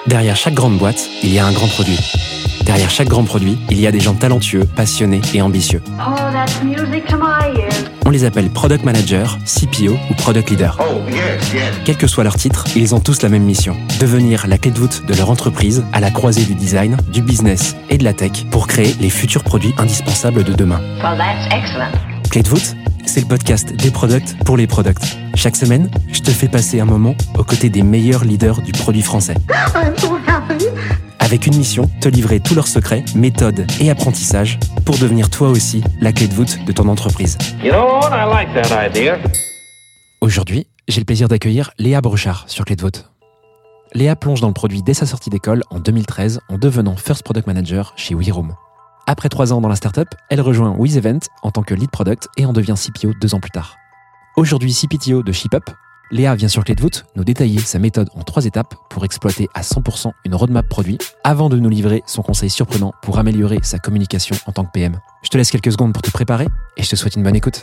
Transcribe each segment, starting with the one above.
Derrière chaque grande boîte, il y a un grand produit. Derrière chaque grand produit, il y a des gens talentueux, passionnés et ambitieux. Oh, that's music to my ears. On les appelle Product Manager, CPO ou Product Leader. Oh, yes. Quel que soit leur titre, ils ont tous la même mission. Devenir la clé de voûte de leur entreprise à la croisée du design, du business et de la tech pour créer les futurs produits indispensables de demain. Well, that's excellent. Clé de voûte, c'est le podcast des products pour les products. Chaque semaine, je te fais passer un moment aux côtés des meilleurs leaders du produit français. I'm so happy. Avec une mission, te livrer tous leurs secrets, méthodes et apprentissages pour devenir toi aussi la clé de voûte de ton entreprise. You know what? I like that idea. Aujourd'hui, j'ai le plaisir d'accueillir Léa Brochard sur Clé de voûte. Léa plonge dans le produit dès sa sortie d'école en 2013 en devenant First Product Manager chez WeRoom. Après 3 ans dans la startup, elle rejoint WizEvent en tant que lead product et en devient CPO 2 ans plus tard. Aujourd'hui CPTO de ShipUp, Léa vient sur Clé de voûte nous détailler sa méthode en 3 étapes pour exploiter à 100% une roadmap produit avant de nous livrer son conseil surprenant pour améliorer sa communication en tant que PM. Je te laisse quelques secondes pour te préparer et je te souhaite une bonne écoute.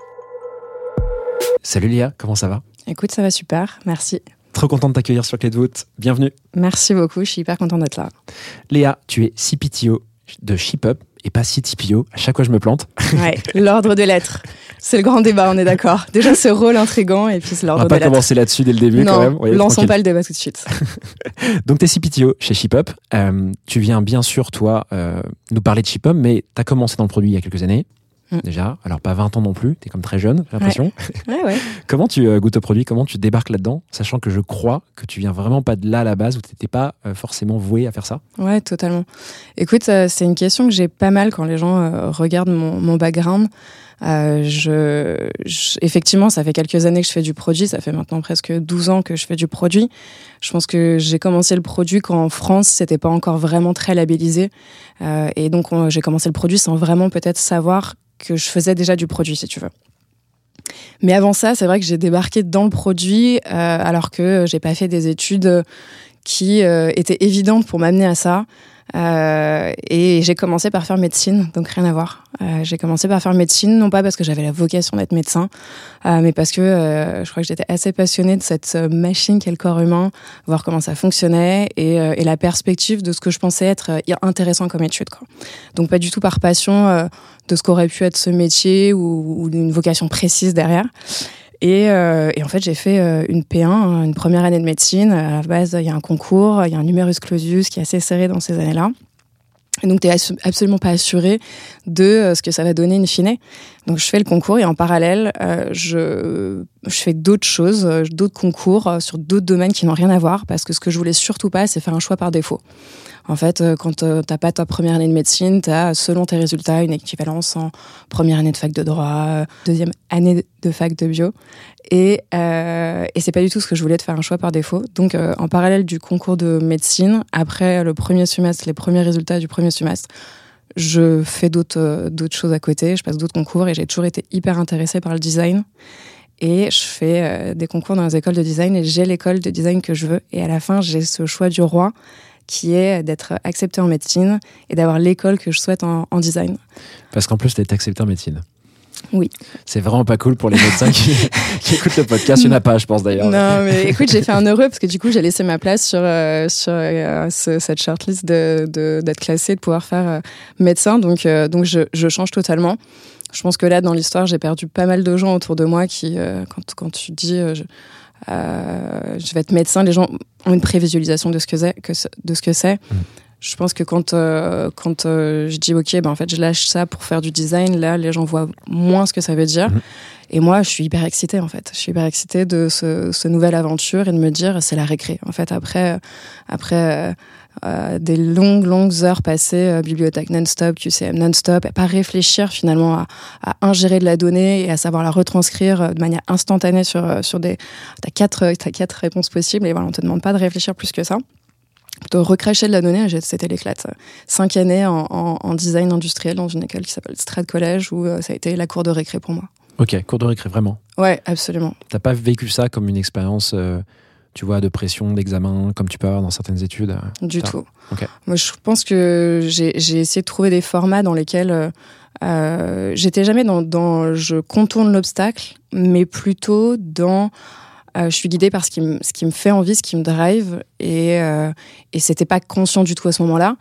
Salut Léa, comment ça va ? Écoute, ça va super, merci. Trop content de t'accueillir sur Clé de voûte, bienvenue. Merci beaucoup, je suis hyper contente d'être là. Léa, tu es CPTO de ShipUp et pas CTPO, à chaque fois je me plante. Ouais, l'ordre des lettres. C'est le grand débat, on est d'accord. Déjà ce rôle intriguant et puis c'est l'ordre des lettres. On va pas commencer là-dessus dès le début non, quand même. Non, lançons pas le débat tout de suite. Donc tu es CPTO chez ShipUp. Tu viens bien sûr, toi, nous parler de ShipUp, mais tu as commencé dans le produit il y a quelques années. Déjà, alors pas 20 ans non plus, t'es comme très jeune, j'ai l'impression. Ouais. Comment tu goûtes au produit, comment tu débarques là-dedans, sachant que je crois que tu viens vraiment pas de là à la base, où t'étais pas forcément voué à faire ça? Ouais, totalement. Écoute, c'est une question que j'ai pas mal quand les gens regardent mon background. Effectivement, ça fait quelques années que je fais du produit, ça fait maintenant presque 12 ans que je fais du produit. Je pense que j'ai commencé le produit quand en France, c'était pas encore vraiment très labellisé. Et donc, j'ai commencé le produit sans vraiment peut-être savoir que je faisais déjà du produit, si tu veux. Mais avant ça, c'est vrai que j'ai débarqué dans le produit alors que j'ai pas fait des études qui étaient évidentes pour m'amener à ça. Et j'ai commencé par faire médecine, donc rien à voir. J'ai commencé par faire médecine, non pas parce que j'avais la vocation d'être médecin, mais parce que je crois que j'étais assez passionnée de cette machine qu'est le corps humain, voir comment ça fonctionnait et la perspective de ce que je pensais être intéressant comme étude, quoi. Donc pas du tout par passion de ce qu'aurait pu être ce métier ou une vocation précise derrière. Et en fait, j'ai fait une P1, une première année de médecine. À la base, il y a un concours, il y a un numerus clausus qui est assez serré dans ces années-là. Et donc, tu n'es absolument pas assuré de ce que ça va donner in fine. Donc, je fais le concours et en parallèle, je fais d'autres choses, d'autres concours sur d'autres domaines qui n'ont rien à voir parce que ce que je voulais surtout pas, c'est faire un choix par défaut. En fait, quand t'as pas ta première année de médecine, t'as, selon tes résultats, une équivalence en première année de fac de droit, deuxième année de fac de bio. Et c'est pas du tout ce que je voulais, de faire un choix par défaut. Donc, en parallèle du concours de médecine, après le premier semestre, les premiers résultats du premier semestre, je fais d'autres choses à côté, je passe d'autres concours et j'ai toujours été hyper intéressée par le design. Et je fais des concours dans les écoles de design et j'ai l'école de design que je veux. Et à la fin, j'ai ce choix du roi qui est d'être acceptée en médecine et d'avoir l'école que je souhaite en design. Parce qu'en plus, tu es acceptée en médecine. Oui. C'est vraiment pas cool pour les médecins qui écoutent le podcast. Il n'y en a pas, je pense d'ailleurs. Non, mais écoute, j'ai fait un heureux parce que du coup, j'ai laissé ma place sur cette shortlist d'être classée, de pouvoir faire médecin. Donc je change totalement. Je pense que là, dans l'histoire, j'ai perdu pas mal de gens autour de moi qui, quand tu dis je vais être médecin, les gens ont une prévisualisation de ce que c'est. Je pense que quand je dis ok, en fait, je lâche ça pour faire du design, là, les gens voient moins ce que ça veut dire. Et moi, je suis hyper excitée, en fait. Je suis hyper excitée de ce nouvelle aventure et de me dire, c'est la récré. En fait, après des longues heures passées, bibliothèque non-stop, QCM non-stop, et pas réfléchir finalement à ingérer de la donnée et à savoir la retranscrire de manière instantanée sur des... T'as quatre réponses possibles et voilà, on te demande pas de réfléchir plus que ça. De recracher de la donnée, c'était l'éclate. 5 années en design industriel dans une école qui s'appelle Strat College où ça a été la cour de récré pour moi. Ok, cours de récré, vraiment. Ouais, absolument. T'as pas vécu ça comme une expérience, tu vois, de pression, d'examen, comme tu peux avoir dans certaines études? Du tout. Okay. Moi, je pense que j'ai essayé de trouver des formats dans lesquels j'étais jamais dans je contourne l'obstacle, mais plutôt dans je suis guidée par ce qui me fait envie, ce qui me drive, et c'était pas conscient du tout à ce moment-là.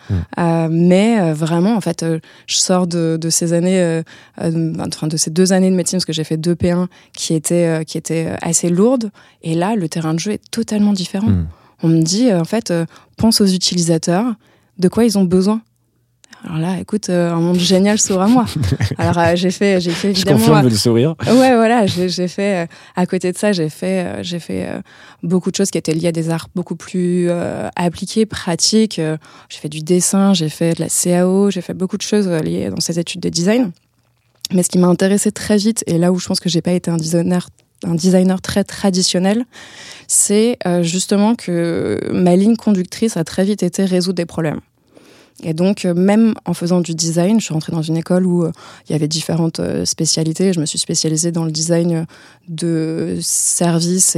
Mais vraiment, en fait, je sors de ces années, de ces 2 années de médecine, parce que j'ai fait 2 P1 qui étaient assez lourdes, et là, le terrain de jeu est totalement différent. On me dit, en fait, pense aux utilisateurs, de quoi ils ont besoin. Alors là, écoute, un monde génial s'ouvre à moi. Alors j'ai fait évidemment. Je confirme le sourire. Ouais, voilà, j'ai fait à côté de ça, j'ai fait beaucoup de choses qui étaient liées à des arts beaucoup plus appliqués, pratiques. J'ai fait du dessin, j'ai fait de la CAO, j'ai fait beaucoup de choses liées dans ces études de design. Mais ce qui m'a intéressé très vite, et là où je pense que j'ai pas été un designer très traditionnel, c'est justement que ma ligne conductrice a très vite été résoudre des problèmes. Et donc, même en faisant du design, je suis rentrée dans une école où il y avait différentes spécialités. Je me suis spécialisée dans le design de services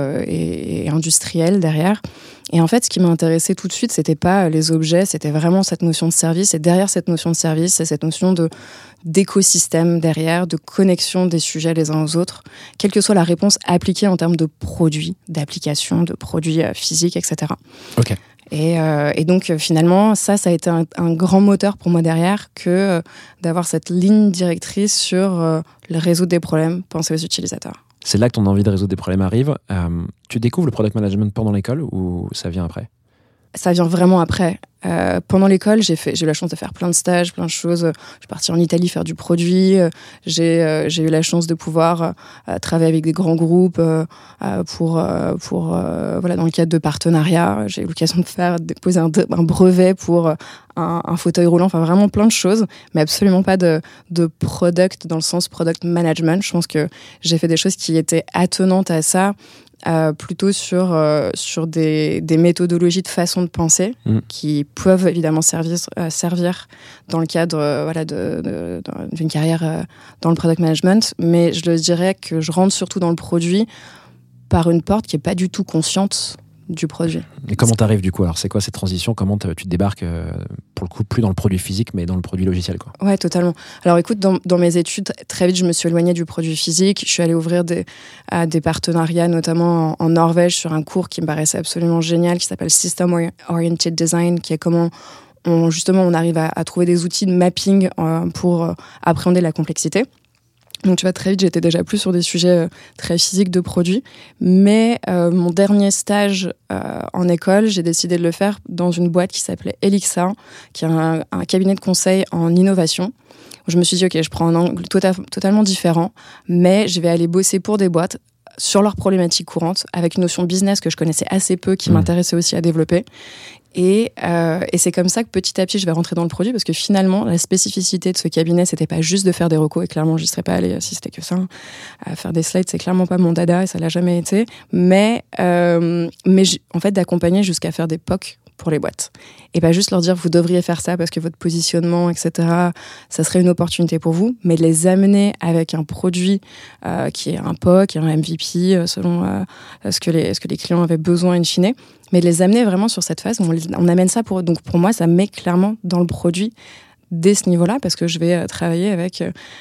et industriel derrière. Et en fait, ce qui m'a intéressée tout de suite, c'était pas les objets, c'était vraiment cette notion de service. Et derrière cette notion de service, c'est cette notion d'écosystème derrière, de connexion des sujets les uns aux autres, quelle que soit la réponse appliquée en termes de produits, d'applications, de produits physiques, etc. Ok. Et donc finalement, ça a été un grand moteur pour moi derrière que d'avoir cette ligne directrice sur le résoudre des problèmes, penser aux utilisateurs. C'est là que ton envie de résoudre des problèmes arrive. Tu découvres le product management pendant l'école ou ça vient après ? Ça vient vraiment après. Pendant l'école, j'ai eu la chance de faire plein de stages, plein de choses. Je suis partie en Italie faire du produit. J'ai eu la chance de pouvoir travailler avec des grands groupes pour voilà, dans le cadre de partenariats. J'ai eu l'occasion de déposer un brevet pour un fauteuil roulant. Enfin, vraiment plein de choses, mais absolument pas de product dans le sens product management. Je pense que j'ai fait des choses qui étaient attenantes à ça. Plutôt sur des méthodologies de façon de penser qui peuvent évidemment servir dans le cadre d'une carrière dans le product management, mais je le dirais que je rentre surtout dans le produit par une porte qui n'est pas du tout consciente du produit. Et comment t'arrives du coup ? Alors c'est quoi cette transition ? Comment tu te débarques pour le coup plus dans le produit physique mais dans le produit logiciel quoi ? Ouais, totalement. Alors écoute, dans mes études, très vite je me suis éloignée du produit physique. Je suis allée ouvrir des partenariats, notamment en Norvège, sur un cours qui me paraissait absolument génial, qui s'appelle System Oriented Design, qui est comment on arrive à trouver des outils de mapping pour appréhender la complexité. Donc tu vois, très vite, j'étais déjà plus sur des sujets très physiques de produits. Mais mon dernier stage en école, j'ai décidé de le faire dans une boîte qui s'appelait Elixa, qui est un cabinet de conseil en innovation. Je me suis dit, OK, je prends un angle totalement différent, mais je vais aller bosser pour des boîtes sur leurs problématiques courantes, avec une notion business que je connaissais assez peu, qui m'intéressait aussi à développer. Et c'est comme ça que petit à petit, je vais rentrer dans le produit, parce que finalement, la spécificité de ce cabinet, c'était pas juste de faire des recos, et clairement, j'y serais pas allée si c'était que ça. Faire des slides, c'est clairement pas mon dada, et ça l'a jamais été. Mais en fait, d'accompagner jusqu'à faire des POC pour les boîtes. Et pas juste leur dire, vous devriez faire ça parce que votre positionnement, etc., ça serait une opportunité pour vous, mais de les amener avec un produit qui est un POC, un MVP, selon ce que les clients avaient besoin in fine, mais de les amener vraiment sur cette phase où on amène ça donc pour moi, ça met clairement dans le produit dès ce niveau-là, parce que je vais travailler avec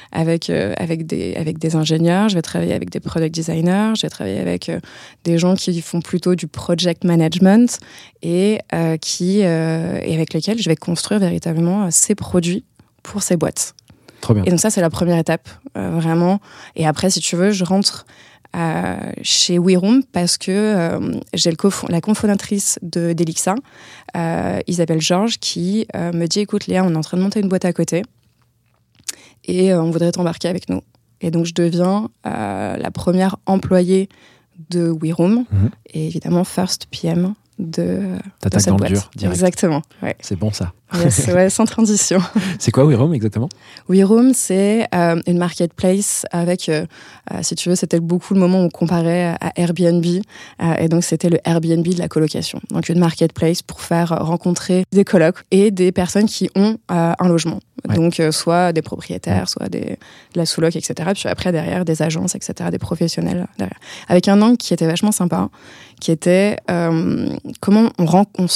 des ingénieurs, je vais travailler avec des product designers, je vais travailler avec des gens qui font plutôt du project management et avec lesquels je vais construire véritablement ces produits pour ces boîtes. Trop bien. Et donc ça, c'est la première étape, vraiment. Et après, si tu veux, je rentre chez WeRoom parce que j'ai la cofondatrice d'Elixa, Isabelle Georges, qui me dit, écoute Léa, on est en train de monter une boîte à côté et on voudrait t'embarquer avec nous. Et donc je deviens la première employée de WeRoom et évidemment first PM de cette dans boîte. le dur, direct. Exactement. Ouais. C'est bon ça. Yes, ouais, sans transition. C'est quoi WeRoom exactement ? WeRoom, c'est une marketplace avec, si tu veux, c'était beaucoup le moment où on comparait à Airbnb. Et donc, c'était le Airbnb de la colocation. Donc, une marketplace pour faire rencontrer des colocs et des personnes qui ont un logement. Ouais. Donc, soit des propriétaires, soit de la sous-loc, etc. Puis après, derrière, des agences, etc., des professionnels derrière. Avec un angle qui était vachement sympa, qui était comment on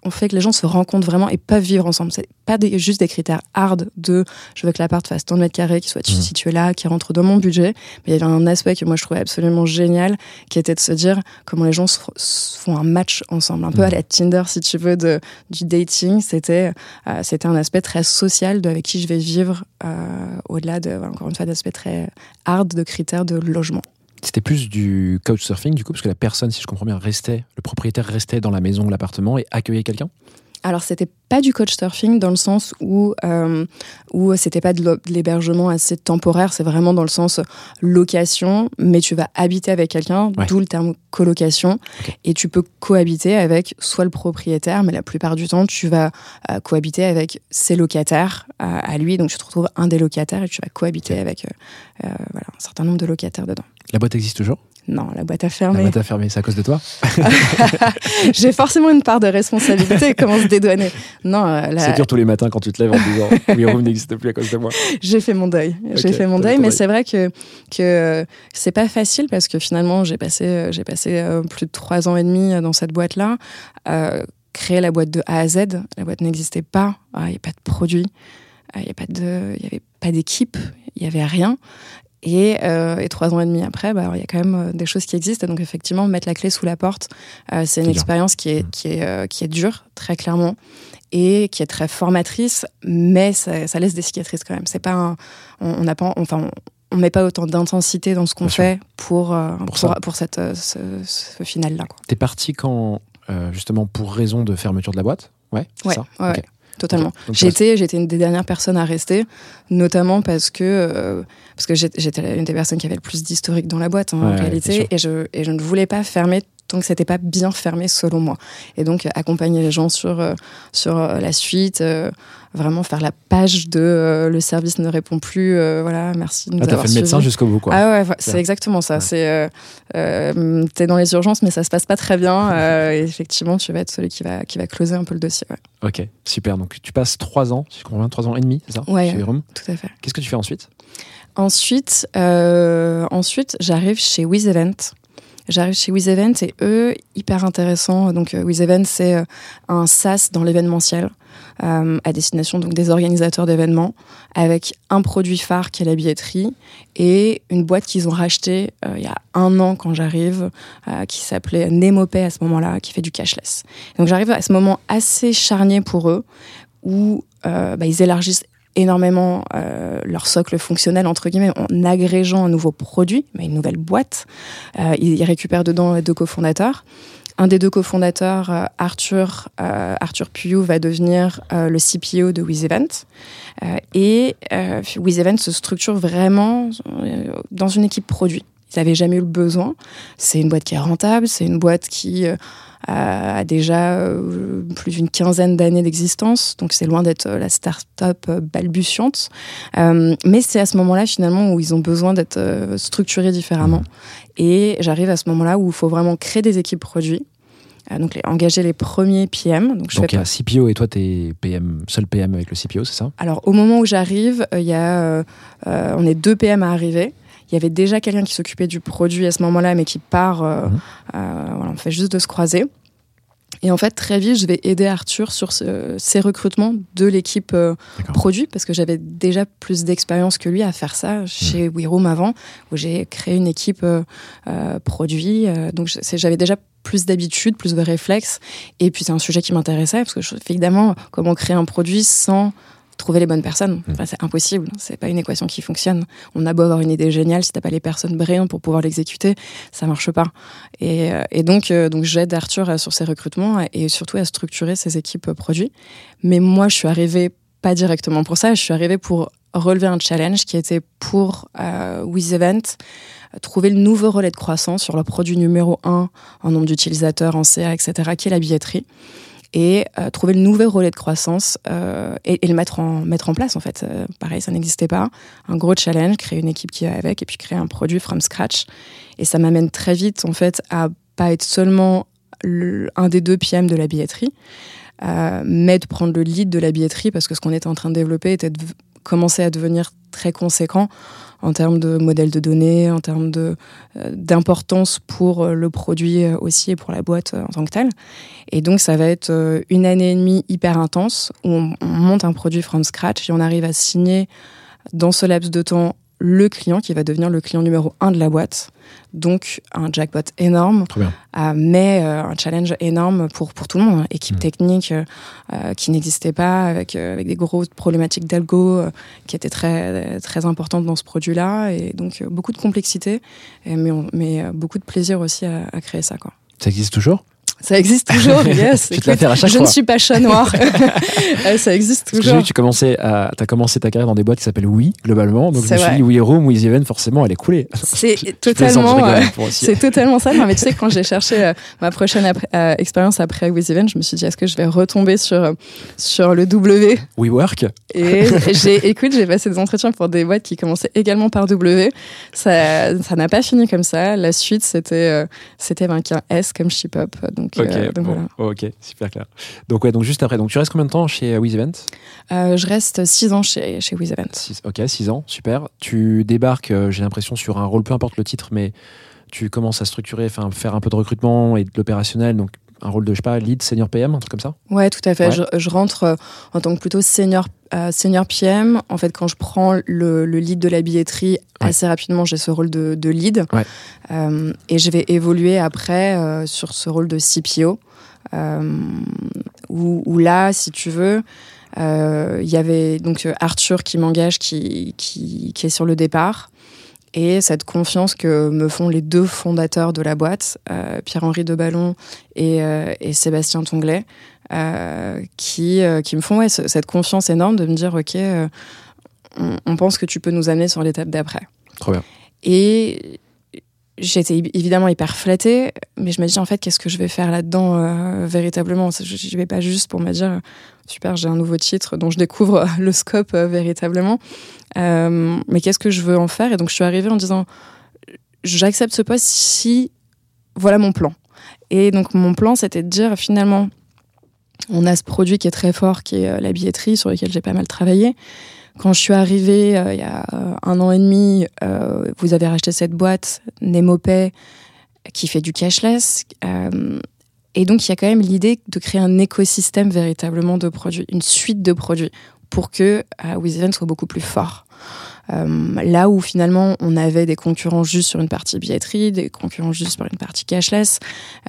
on fait que les gens se rencontrent vraiment et peuvent vivre ensemble. C'est pas juste des critères hard de je veux que l'appart fasse tant de mètres carrés, qu'il soit situé là, qu'il rentre dans mon budget. Mais il y avait un aspect que moi je trouvais absolument génial, qui était de se dire comment les gens se font un match ensemble, un peu à la Tinder si tu veux du dating. C'était un aspect très social avec qui je vais vivre, au-delà encore une fois d'aspect très hard de critères de logement. C'était plus du couchsurfing du coup, parce que la personne, si je comprends bien, le propriétaire restait dans la maison, l'appartement et accueillait quelqu'un? Alors, c'était pas du couchsurfing dans le sens où c'était pas de l'hébergement assez temporaire, c'est vraiment dans le sens location, mais tu vas habiter avec quelqu'un, d'où le terme colocation, et tu peux cohabiter avec soit le propriétaire, mais la plupart du temps, tu vas cohabiter avec ses locataires à lui, donc tu te retrouves un des locataires et tu vas cohabiter avec un certain nombre de locataires dedans. La boîte existe toujours? Non, la boîte a fermé. La boîte a fermé, c'est à cause de toi? J'ai forcément une part de responsabilité. Comment se dédouaner? Non, c'est dur tous les matins quand tu te lèves en disant WeRoom n'existe plus à cause de moi. J'ai fait mon deuil. Mais c'est vrai que c'est pas facile parce que finalement j'ai passé plus de 3 ans et demi dans cette boîte-là. Créer la boîte de A à Z, la boîte n'existait pas. Il n'y avait pas de produit, il n'y avait pas d'équipe, il n'y avait rien. Et 3 ans et demi après, il y a quand même des choses qui existent. Et donc effectivement, mettre la clé sous la porte, c'est une expérience qui est dure, très clairement, et qui est très formatrice, mais ça laisse des cicatrices quand même. C'est pas on met pas autant d'intensité dans ce qu'on fait pour ce final-là. T'es parti quand justement pour raison de fermeture de la boîte? Ouais. Totalement. J'ai été une des dernières personnes à rester, notamment parce que j'étais une des personnes qui avait le plus d'historique dans la boîte en réalité, et je ne voulais pas fermer tant que c'était pas bien fermé selon moi. Et donc accompagner les gens sur la suite, vraiment faire la page de le service ne répond plus, merci de nous avoir suivis. T'as fait le médecin jusqu'au bout, quoi. Ah ouais, c'est exactement ça. C'est t'es dans les urgences, mais ça se passe pas très bien. Et effectivement, tu vas être celui qui va closer un peu le dossier. Ouais. Ok, super. Donc tu passes 3 ans, si je comprends bien, 3 ans et demi, c'est ça? Ouais, chez WeRoom. tout à fait. Qu'est-ce que tu fais ensuite? Ensuite, j'arrive chez WizEvent. Et eux, hyper intéressant. Donc, WizEvent, c'est un SaaS dans l'événementiel à destination donc des organisateurs d'événements, avec un produit phare qui est la billetterie et une boîte qu'ils ont rachetée il y a 1 an quand j'arrive, qui s'appelait Nemopay à ce moment-là, qui fait du cashless. Donc, j'arrive à ce moment assez charnier pour eux où ils élargissent énormément leur socle fonctionnel, entre guillemets, en agrégeant un nouveau produit, mais une nouvelle boîte. Ils récupèrent dedans les 2 cofondateurs. Un des 2 cofondateurs, Arthur Puyou, va devenir le CPO de WizEvent. Et WizEvent se structure vraiment dans une équipe produit. Ils n'avaient jamais eu le besoin. C'est une boîte qui est rentable, c'est une boîte qui a déjà plus d'une 15aine d'années d'existence, donc c'est loin d'être la start-up balbutiante. Mais c'est à ce moment-là, finalement, où ils ont besoin d'être structurés différemment. Et j'arrive à ce moment-là où il faut vraiment créer des équipes produits, donc engager les premiers PM. Donc il y a CPO et toi, t'es PM, seul PM avec le CPO, c'est ça? Alors, au moment où j'arrive, on est 2 PM à arriver. Il y avait déjà quelqu'un qui s'occupait du produit à ce moment-là, mais qui part. On fait juste de se croiser. Et en fait, très vite, je vais aider Arthur sur ses recrutements de l'équipe produit, parce que j'avais déjà plus d'expérience que lui à faire ça chez WeRoom avant, où j'ai créé une équipe produit. Donc, j'avais déjà plus d'habitude, plus de réflexes. Et puis, c'est un sujet qui m'intéressait, parce que évidemment, comment créer un produit sans trouver les bonnes personnes, c'est impossible, c'est pas une équation qui fonctionne. On a beau avoir une idée géniale, si t'as pas les personnes brillantes pour pouvoir l'exécuter, ça marche pas. Et donc j'aide Arthur sur ses recrutements et surtout à structurer ses équipes produits. Mais moi, je suis arrivée pas directement pour ça, je suis arrivée pour relever un challenge qui était pour WizEvent, trouver le nouveau relais de croissance sur leur produit numéro 1 en nombre d'utilisateurs, en CA, etc., qui est la billetterie. Et trouver le nouvel relais de croissance et le mettre en place, en fait. Pareil, ça n'existait pas. Un gros challenge, créer une équipe qui va avec, et puis créer un produit from scratch. Et ça m'amène très vite, en fait, à pas être seulement un des 2 PM de la billetterie, mais de prendre le lead de la billetterie, parce que ce qu'on était en train de développer était commençait à devenir très conséquent en termes de modèle de données, en termes d'importance pour le produit aussi et pour la boîte en tant que telle. Et donc, ça va être 1 année et demie hyper intense où on monte un produit from scratch et on arrive à signer dans ce laps de temps le client qui va devenir le client numéro 1 de la boîte. Donc, un jackpot énorme, Trop bien. mais un challenge énorme pour tout le monde. Équipe technique qui n'existait pas, avec des grosses problématiques d'algo qui étaient très, très importantes dans ce produit-là. Et donc, beaucoup de complexité, mais beaucoup de plaisir aussi à créer ça, quoi. Ça existe toujours ? Ça existe toujours, yes. Tu te la fais à chaque je fois. ne suis pas chat noir. Ça existe Parce que j'ai vu toujours. que t'as commencé ta carrière dans des boîtes qui s'appellent Oui, globalement. Donc je me suis dit, Oui Room, Oui Event, forcément, elle est coulée. C'est Je totalement, plaisante, je rigole, pour aussi. c'est totalement ça. Non, mais tu sais, quand j'ai cherché ma prochaine expérience après With Event, je me suis dit, est-ce que je vais retomber sur le W? WeWork. Et j'ai passé des entretiens pour des boîtes qui commençaient également par W. Ça n'a pas fini comme ça. La suite, c'était avec un S comme Ship Up. Donc voilà. Ok, super clair. Donc juste après. Donc tu restes combien de temps chez With Event ? Je reste 6 ans chez With Event. 6 ans, super. Tu débarques, j'ai l'impression, sur un rôle, peu importe le titre, mais tu commences à structurer, faire un peu de recrutement et de l'opérationnel, donc un rôle de, je sais pas, lead, senior PM, un truc comme ça ? Ouais, tout à fait. Ouais. Je rentre en tant que plutôt senior PM. En fait, quand je prends le lead de la billetterie, assez rapidement, j'ai ce rôle de lead. Ouais. Et je vais évoluer après sur ce rôle de CPO. Où là, si tu veux, il y avait donc Arthur qui m'engage, qui est sur le départ. Et cette confiance que me font les 2 fondateurs de la boîte, Pierre-Henri Deballon et Sébastien Tonglet, qui me font cette confiance énorme de me dire, OK, on pense que tu peux nous amener sur l'étape d'après. Trop bien. Et j'étais évidemment hyper flattée, mais je me dis, en fait, qu'est-ce que je vais faire là-dedans véritablement ? Je n'y vais pas juste pour me dire, super, j'ai un nouveau titre dont je découvre le scope véritablement. Mais qu'est-ce que je veux en faire ? Et donc, je suis arrivée en disant, j'accepte ce poste si voilà mon plan. Et donc, mon plan, c'était de dire, finalement, on a ce produit qui est très fort, qui est la billetterie, sur lequel j'ai pas mal travaillé. Quand je suis arrivée il y a 1 an et demi, vous avez racheté cette boîte, NemoPay, qui fait du cashless. Et donc, il y a quand même l'idée de créer un écosystème véritablement de produits, une suite de produits, pour que With Event soit beaucoup plus fort. Là où finalement on avait des concurrents juste sur une partie billetterie, des concurrents juste sur une partie cashless,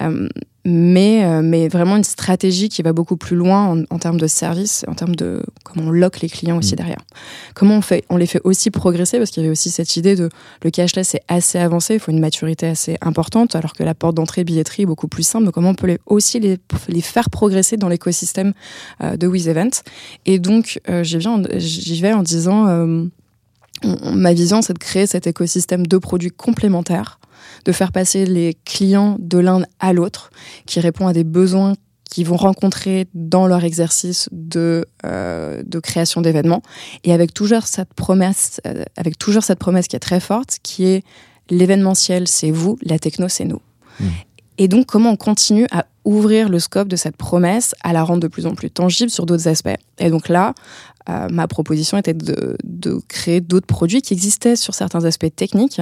mais vraiment une stratégie qui va beaucoup plus loin en termes de service, en termes de comment on lock les clients aussi derrière. Comment on les fait aussi progresser, parce qu'il y avait aussi cette idée de le cashless est assez avancé, il faut une maturité assez importante, alors que la porte d'entrée billetterie est beaucoup plus simple. Donc comment on peut aussi les faire progresser dans l'écosystème de With Event. Et donc j'y vais en disant ma vision, c'est de créer cet écosystème de produits complémentaires, de faire passer les clients de l'un à l'autre, qui répond à des besoins qu'ils vont rencontrer dans leur exercice de création d'événements, et avec toujours cette promesse qui est très forte, qui est l'événementiel, c'est vous, la techno, c'est nous. Et donc, comment on continue à ouvrir le scope de cette promesse, à la rendre de plus en plus tangible sur d'autres aspects. Et donc là, ma proposition était de créer d'autres produits qui existaient sur certains aspects techniques,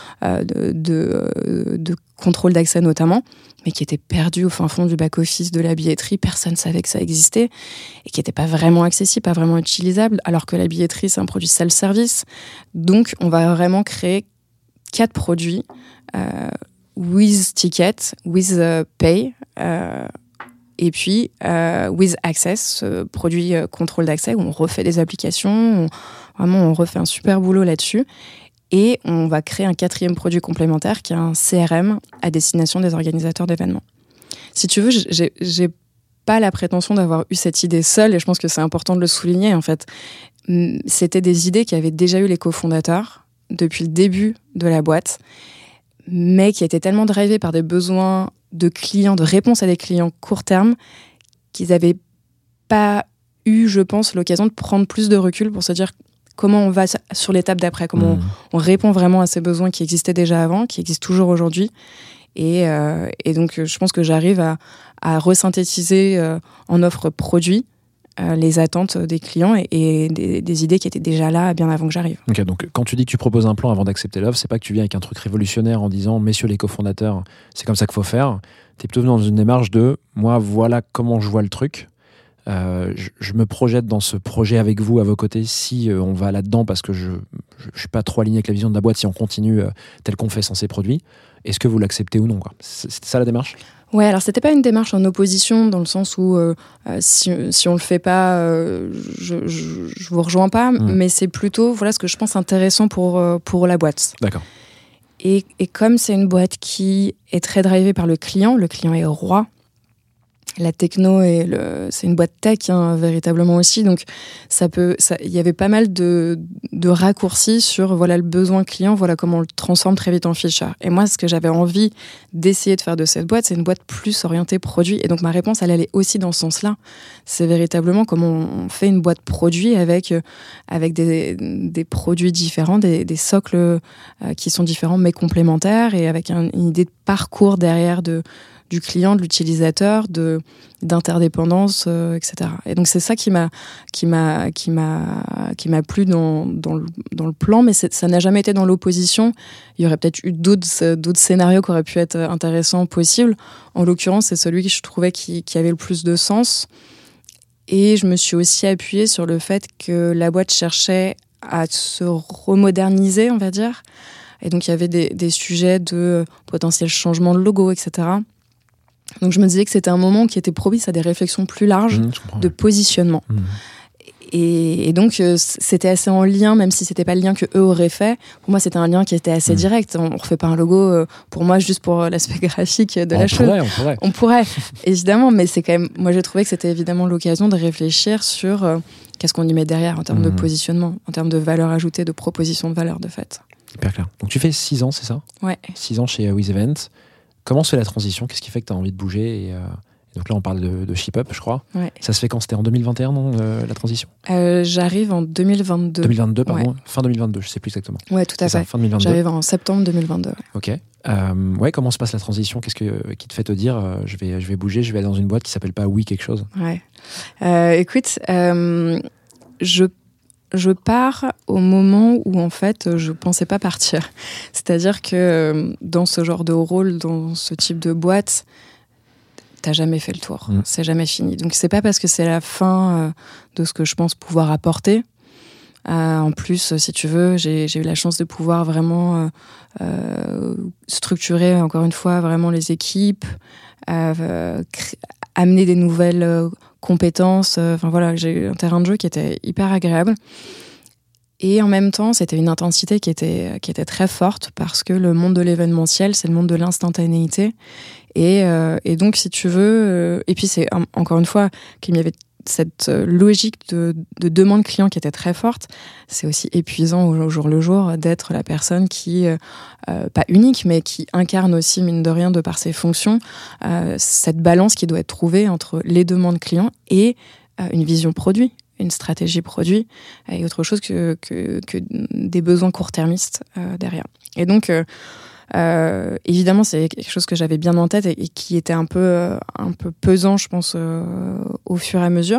de contrôle d'accès notamment, mais qui étaient perdus au fin fond du back-office de la billetterie. Personne ne savait que ça existait et qui n'étaient pas vraiment accessibles, pas vraiment utilisables, alors que la billetterie, c'est un produit self-service. Donc, on va vraiment créer 4 produits with ticket, with pay, et puis with access, produit contrôle d'accès, où on refait des applications, on refait un super boulot là-dessus. Et on va créer un 4e produit complémentaire qui est un CRM à destination des organisateurs d'événements. Si tu veux, j'ai pas la prétention d'avoir eu cette idée seule, et je pense que c'est important de le souligner, en fait. C'était des idées qui avaient déjà eu les cofondateurs depuis le début de la boîte, mais qui étaient tellement drivés par des besoins de clients, de réponse à des clients court terme, qu'ils n'avaient pas eu, je pense, l'occasion de prendre plus de recul pour se dire comment on va sur l'étape d'après, comment on répond vraiment à ces besoins qui existaient déjà avant, qui existent toujours aujourd'hui. Et donc, je pense que j'arrive à resynthétiser en offre produit les attentes des clients et des idées qui étaient déjà là bien avant que j'arrive. Ok, donc quand tu dis que tu proposes un plan avant d'accepter l'offre, c'est pas que tu viens avec un truc révolutionnaire en disant messieurs les cofondateurs, c'est comme ça qu'il faut faire. T'es plutôt dans une démarche de moi, voilà comment je vois le truc. Je me projette dans ce projet avec vous à vos côtés si on va là-dedans parce que je suis pas trop aligné avec la vision de la boîte si on continue tel qu'on fait sans ces produits. Est-ce que vous l'acceptez ou non, quoi? C'était ça la démarche? Ouais, alors c'était pas une démarche en opposition dans le sens où si on le fait pas, je vous rejoins pas, mais c'est plutôt voilà ce que je pense intéressant pour la boîte. D'accord. Et comme c'est une boîte qui est très drivée par le client est roi. La techno c'est une boîte tech véritablement aussi, donc il y avait pas mal de raccourcis sur voilà le besoin client, voilà comment on le transforme très vite en feature. Et moi, ce que j'avais envie d'essayer de faire de cette boîte, c'est une boîte plus orientée produit. Et donc ma réponse, elle allait aussi dans ce sens-là. C'est véritablement comment on fait une boîte produit avec des produits différents, des socles qui sont différents mais complémentaires et avec une idée de parcours derrière du client, de l'utilisateur, d'interdépendance, etc. Et donc c'est ça qui m'a plu dans le plan, mais ça n'a jamais été dans l'opposition. Il y aurait peut-être eu d'autres scénarios qui auraient pu être intéressants, possibles. En l'occurrence, c'est celui que je trouvais qui avait le plus de sens. Et je me suis aussi appuyée sur le fait que la boîte cherchait à se remoderniser, on va dire. Et donc il y avait des sujets de potentiel changement de logo, etc. Donc je me disais que c'était un moment qui était propice à des réflexions plus larges de positionnement. Et donc c'était assez en lien, même si c'était pas le lien que eux auraient fait. Pour moi, c'était un lien qui était assez direct. On refait pas un logo pour moi juste pour l'aspect graphique de la chose. On pourrait, évidemment, mais c'est quand même. Moi, j'ai trouvé que c'était évidemment l'occasion de réfléchir sur qu'est-ce qu'on y met derrière en termes de positionnement, en termes de valeur ajoutée, de proposition de valeur, de fait. Hyper clair. Donc tu fais 6 ans, c'est ça? Ouais. 6 ans chez WizEvent. Comment se fait la transition? Qu'est-ce qui fait que tu as envie de bouger et donc là, on parle de ShipUp, je crois. Ouais. Ça se fait quand? C'était en 2021, non, la transition? J'arrive en 2022. 2022, pardon. Ouais. Fin 2022, je ne sais plus exactement. Ouais, tout à fait. Fin 2022. J'arrive en septembre 2022. Ouais. Ok. Comment se passe la transition? Qu'est-ce qui te fait te dire je vais bouger, je vais aller dans une boîte qui ne s'appelle pas Oui quelque chose? Ouais. Écoute, je pars au moment où, en fait, je pensais pas partir. C'est-à-dire que dans ce genre de rôle, dans ce type de boîte, t'as jamais fait le tour. C'est jamais fini. Donc, c'est pas parce que c'est la fin de ce que je pense pouvoir apporter. En plus, si tu veux, j'ai eu la chance de pouvoir vraiment structurer, encore une fois, vraiment les équipes, amener des nouvelles compétences. Enfin voilà, j'ai eu un terrain de jeu qui était hyper agréable. Et en même temps, c'était une intensité qui était très forte parce que le monde de l'événementiel, c'est le monde de l'instantanéité. Et donc, si tu veux... et puis, c'est encore une fois qu'il y avait cette logique de demande client qui était très forte. C'est aussi épuisant au jour le jour d'être la personne qui, pas unique, mais qui incarne aussi, mine de rien, de par ses fonctions, cette balance qui doit être trouvée entre les demandes clients et une vision produit, une stratégie produit, et autre chose que des besoins court-termistes derrière. Et donc... évidemment, c'est quelque chose que j'avais bien en tête et qui était un peu pesant, je pense, au fur et à mesure.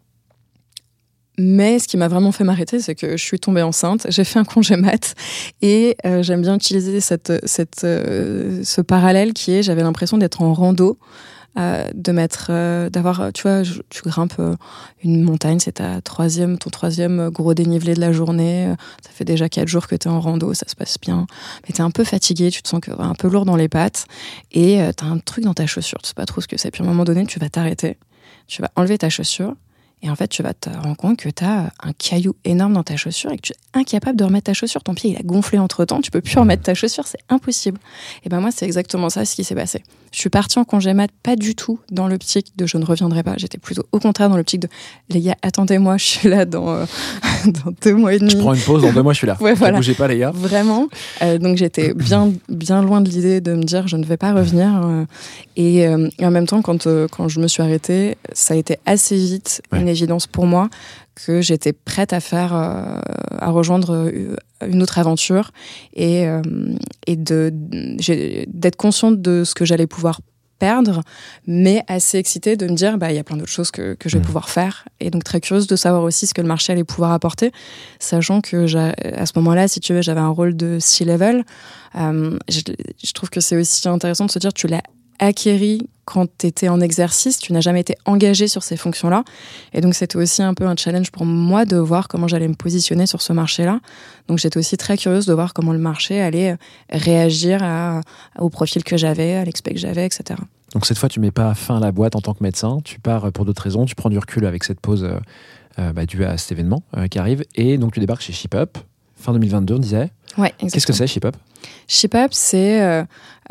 Mais ce qui m'a vraiment fait m'arrêter, c'est que je suis tombée enceinte, j'ai fait un congé mat et j'aime bien utiliser ce parallèle qui est, j'avais l'impression d'être en rando, d'avoir, tu vois, tu grimpes une montagne, c'est ton troisième gros dénivelé de la journée, ça fait déjà 4 jours que t'es en rando, ça se passe bien, mais t'es un peu fatigué, tu te sens un peu lourd dans les pattes, et t'as un truc dans ta chaussure, tu sais pas trop ce que c'est, puis à un moment donné, tu vas t'arrêter, tu vas enlever ta chaussure, et en fait, tu vas te rendre compte que tu as un caillou énorme dans ta chaussure et que tu es incapable de remettre ta chaussure. Ton pied, il a gonflé entre-temps, tu peux plus remettre ta chaussure, c'est impossible. Et ben moi, c'est exactement ça ce qui s'est passé. Je suis partie en congé mat, pas du tout dans l'optique de je ne reviendrai pas. J'étais plutôt au contraire dans l'optique de les gars, attendez-moi, je suis là dans 2 mois et demi. Je prends une pause, dans 2 mois, je suis là. Ouais, voilà. Ne bougez pas, les gars. Vraiment. Donc j'étais bien loin de l'idée de me dire je ne vais pas revenir. Et en même temps, quand je me suis arrêtée, ça a été assez vite une évidence pour moi que j'étais prête à rejoindre une autre aventure et d'être consciente de ce que j'allais pouvoir perdre, mais assez excitée de me dire il y a plein d'autres choses que je vais pouvoir faire, et donc très curieuse de savoir aussi ce que le marché allait pouvoir apporter, sachant que à ce moment-là, si tu veux, j'avais un rôle de C-level. Je trouve que c'est aussi intéressant de se dire tu l'as acquéri quand tu étais en exercice, tu n'as jamais été engagé sur ces fonctions-là, et donc c'était aussi un peu un challenge pour moi de voir comment j'allais me positionner sur ce marché-là. Donc j'étais aussi très curieuse de voir comment le marché allait réagir au profil que j'avais, à l'expect que j'avais, etc. Donc cette fois, tu mets pas fin à la boîte en tant que médecin, tu pars pour d'autres raisons, tu prends du recul avec cette pause due à cet événement qui arrive, et donc tu débarques chez ShipUp, fin 2022, on disait. Ouais, exactement. Qu'est-ce que c'est ShipUp ? ShipUp, c'est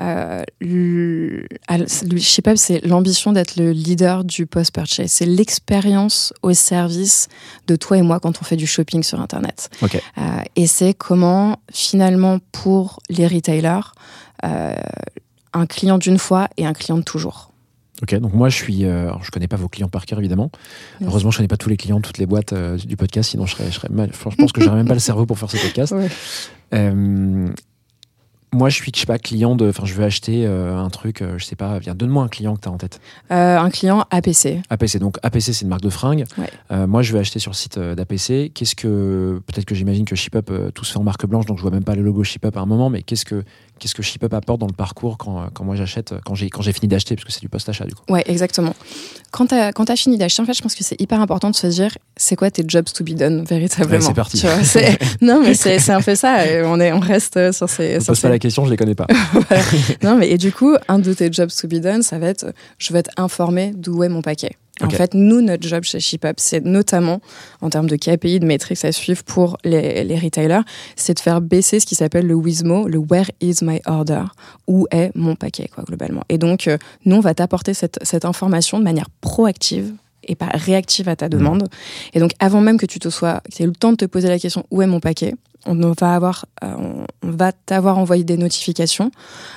ShipUp, c'est l'ambition d'être le leader du post-purchase. C'est l'expérience au service de toi et moi quand on fait du shopping sur Internet. Okay. Et c'est comment, finalement, pour les retailers, un client d'une fois et un client de toujours. Ok, donc moi je connais pas vos clients par cœur évidemment. Yes. Heureusement je connais pas tous les clients, toutes les boîtes du podcast, sinon je serais mal. Je pense que j'aurais même pas le cerveau pour faire ce podcast. Ouais. Moi je suis, je sais pas, client de, je veux acheter un truc, je sais pas, donne-moi un client que tu as en tête. Un client APC. APC, donc APC c'est une marque de fringues. Ouais. Moi je vais acheter sur le site d'APC. Peut-être que j'imagine que ShipUp, tout se fait en marque blanche, donc je vois même pas le logo ShipUp à un moment, mais qu'est-ce que ShipUp apporte dans le parcours quand moi j'achète, quand j'ai fini d'acheter, parce que c'est du post-achat du coup. Ouais, exactement. Quand t'as fini d'acheter, en fait, je pense que c'est hyper important de se dire, c'est quoi tes jobs to be done véritablement. Ouais, c'est parti. Tu vois, non, mais c'est un peu ça. On reste sur ces. On pose pas la question, je les connais pas. Voilà. Non, mais et du coup, un de tes jobs to be done, ça va être, je vais être informé d'où est mon paquet. Okay. En fait, nous, notre job chez ShipUp, c'est notamment, en termes de KPI, de métriques à suivre pour les retailers, c'est de faire baisser ce qui s'appelle le WISMO, le Where is my order, où est mon paquet, quoi, globalement. Et donc, nous, on va t'apporter cette information de manière proactive et pas réactive à ta demande. Et donc, avant même que tu aies eu le temps de te poser la question, où est mon paquet ? On va t'avoir envoyé des notifications,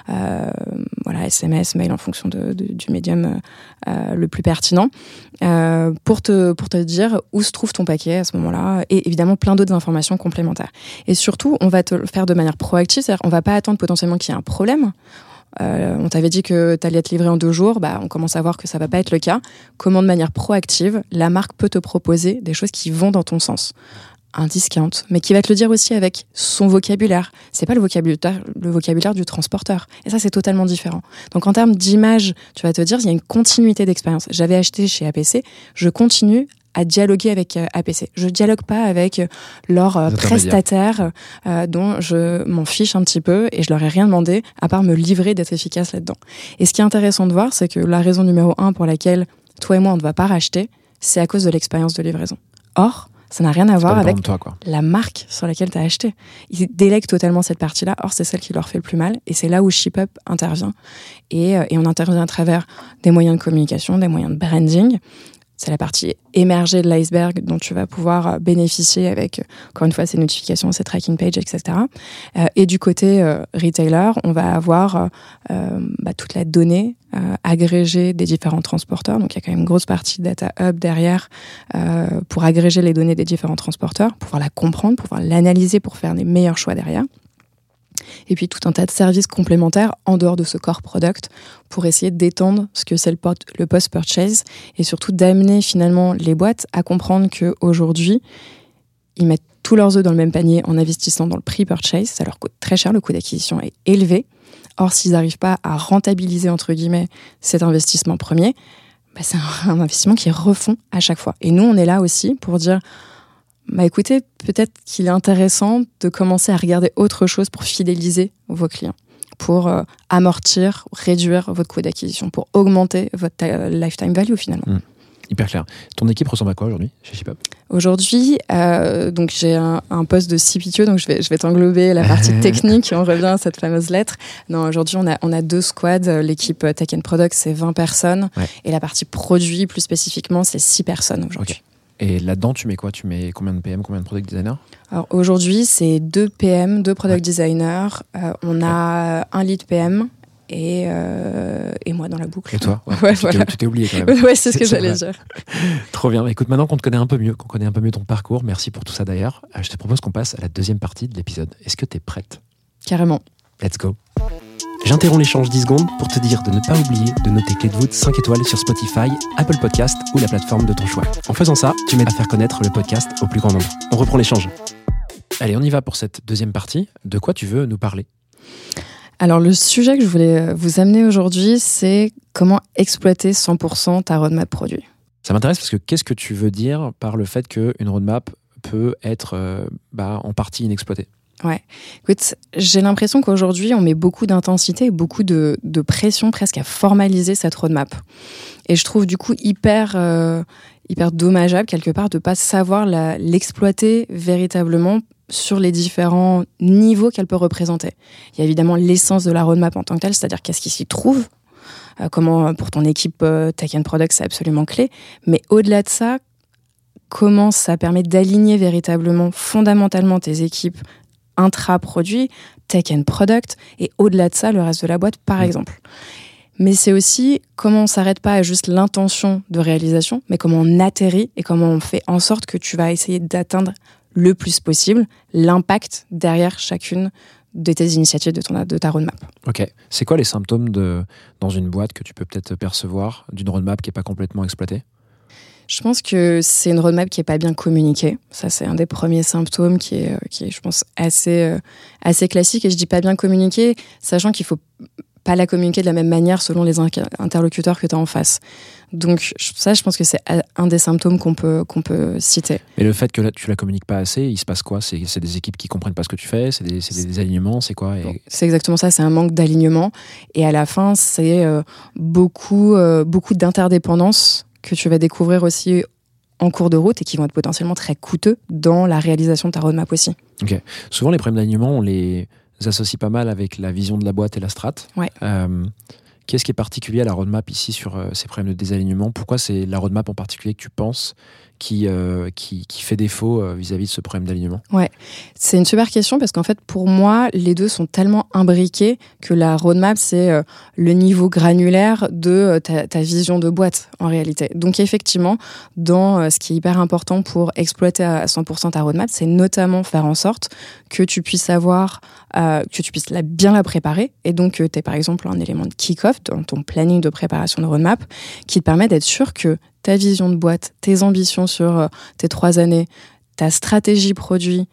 SMS, mail en fonction du médium le plus pertinent, pour te dire où se trouve ton paquet à ce moment-là, et évidemment plein d'autres informations complémentaires. Et surtout, on va te le faire de manière proactive, c'est-à-dire on va pas attendre potentiellement qu'il y ait un problème. On t'avait dit que tu allais être livré en 2 jours, on commence à voir que ça va pas être le cas. Comment de manière proactive, la marque peut te proposer des choses qui vont dans ton sens. Un discount, mais qui va te le dire aussi avec son vocabulaire. C'est pas le vocabulaire du transporteur. Et ça, c'est totalement différent. Donc, en termes d'image, tu vas te dire, il y a une continuité d'expérience. J'avais acheté chez APC, je continue à dialoguer avec APC. Je dialogue pas avec leurs prestataires dont je m'en fiche un petit peu et je leur ai rien demandé à part me livrer d'être efficace là-dedans. Et ce qui est intéressant de voir, c'est que la raison numéro 1 pour laquelle toi et moi on ne va pas racheter, c'est à cause de l'expérience de livraison. Or, ça n'a rien à voir avec la marque sur laquelle tu as acheté. Ils délèguent totalement cette partie-là. Or, c'est celle qui leur fait le plus mal. Et c'est là où ShipUp intervient. Et on intervient à travers des moyens de communication, des moyens de branding. C'est la partie émergée de l'iceberg dont tu vas pouvoir bénéficier avec, encore une fois, ces notifications, ces tracking pages, etc. Et du côté retailer, on va avoir toute la donnée agrégée des différents transporteurs. Donc, il y a quand même une grosse partie de Data Hub derrière pour agréger les données des différents transporteurs, pouvoir la comprendre, pouvoir l'analyser pour faire les meilleurs choix derrière. Et puis tout un tas de services complémentaires en dehors de ce core product pour essayer d'étendre ce que c'est le post-purchase et surtout d'amener finalement les boîtes à comprendre qu'aujourd'hui, ils mettent tous leurs œufs dans le même panier en investissant dans le pre-purchase. Ça leur coûte très cher, le coût d'acquisition est élevé. Or, s'ils n'arrivent pas à rentabiliser, entre guillemets, cet investissement premier, c'est un investissement qui refond à chaque fois. Et nous, on est là aussi pour dire... écoutez, peut-être qu'il est intéressant de commencer à regarder autre chose pour fidéliser vos clients, pour amortir, réduire votre coût d'acquisition, pour augmenter votre lifetime value finalement. Hyper clair. Ton équipe ressemble à quoi aujourd'hui chez ShipUp ? Aujourd'hui, donc j'ai un poste de CPTO, donc je vais t'englober la partie technique. On revient à cette fameuse lettre. Non, aujourd'hui on a 2 squads. L'équipe Tech and Product, c'est 20 personnes, et la partie produit, plus spécifiquement, c'est 6 personnes aujourd'hui. Okay. Et là-dedans, tu mets quoi ? Tu mets combien de PM, combien de product designers ? Alors aujourd'hui, c'est 2 PM, 2 product designers. On a un lead PM et moi dans la boucle. Et toi ? Tu t'es oublié quand même. Ouais, c'est ce que j'allais dire. Trop bien. Écoute, maintenant qu'on te connaît un peu mieux, qu'on connaît un peu mieux ton parcours, merci pour tout ça d'ailleurs, je te propose qu'on passe à la deuxième partie de l'épisode. Est-ce que tu es prête ? Carrément. Let's go. J'interromps l'échange 10 secondes pour te dire de ne pas oublier de noter Clé de voûte 5 étoiles sur Spotify, Apple Podcast ou la plateforme de ton choix. En faisant ça, tu m'aides à faire connaître le podcast au plus grand nombre. On reprend l'échange. Allez, on y va pour cette deuxième partie. De quoi tu veux nous parler ? Alors, le sujet que je voulais vous amener aujourd'hui, c'est comment exploiter 100% ta roadmap produit. Ça m'intéresse parce que qu'est-ce que tu veux dire par le fait qu'une roadmap peut être en partie inexploitée ? Ouais. Écoute, j'ai l'impression qu'aujourd'hui, on met beaucoup d'intensité et beaucoup de pression presque à formaliser cette roadmap. Et je trouve du coup hyper dommageable quelque part de ne pas savoir l'exploiter véritablement sur les différents niveaux qu'elle peut représenter. Il y a évidemment l'essence de la roadmap en tant que telle, c'est-à-dire qu'est-ce qui s'y trouve, comment pour ton équipe Tech and Product, c'est absolument clé. Mais au-delà de ça, comment ça permet d'aligner véritablement, fondamentalement tes équipes intra-produit, Tech and Product, et au-delà de ça, le reste de la boîte, par exemple. Mais c'est aussi comment on ne s'arrête pas à juste l'intention de réalisation, mais comment on atterrit et comment on fait en sorte que tu vas essayer d'atteindre le plus possible l'impact derrière chacune de tes initiatives, de ta roadmap. Ok. C'est quoi les symptômes dans une boîte que tu peux peut-être percevoir d'une roadmap qui n'est pas complètement exploitée ? Je pense que c'est une roadmap qui n'est pas bien communiquée. Ça, c'est un des premiers symptômes qui est je pense, assez classique. Et je dis pas bien communiquée, sachant qu'il faut pas la communiquer de la même manière selon les interlocuteurs que tu as en face. Donc ça, je pense que c'est un des symptômes qu'on peut citer. Mais le fait que tu la communiques pas assez, il se passe quoi ? C'est des équipes qui comprennent pas ce que tu fais ? C'est des alignements ? C'est quoi ? Bon, c'est exactement ça, c'est un manque d'alignement. Et à la fin, c'est beaucoup d'interdépendance que tu vas découvrir aussi en cours de route et qui vont être potentiellement très coûteux dans la réalisation de ta roadmap aussi. Ok. Souvent, les problèmes d'alignement, on les associe pas mal avec la vision de la boîte et la strat. Ouais. Qu'est-ce qui est particulier à la roadmap ici sur ces problèmes de désalignement ? Pourquoi c'est la roadmap en particulier que tu penses qui fait défaut vis-à-vis de ce problème d'alignement ? Ouais, c'est une super question parce qu'en fait, pour moi, les deux sont tellement imbriqués que la roadmap, c'est le niveau granulaire de ta vision de boîte, en réalité. Donc effectivement, dans ce qui est hyper important pour exploiter à 100% ta roadmap, c'est notamment faire en sorte que tu puisses bien la préparer et donc que tu aies par exemple un élément de kick-off dans ton planning de préparation de roadmap qui te permet d'être sûr que ta vision de boîte, tes ambitions sur tes 3 années, ta stratégie produit,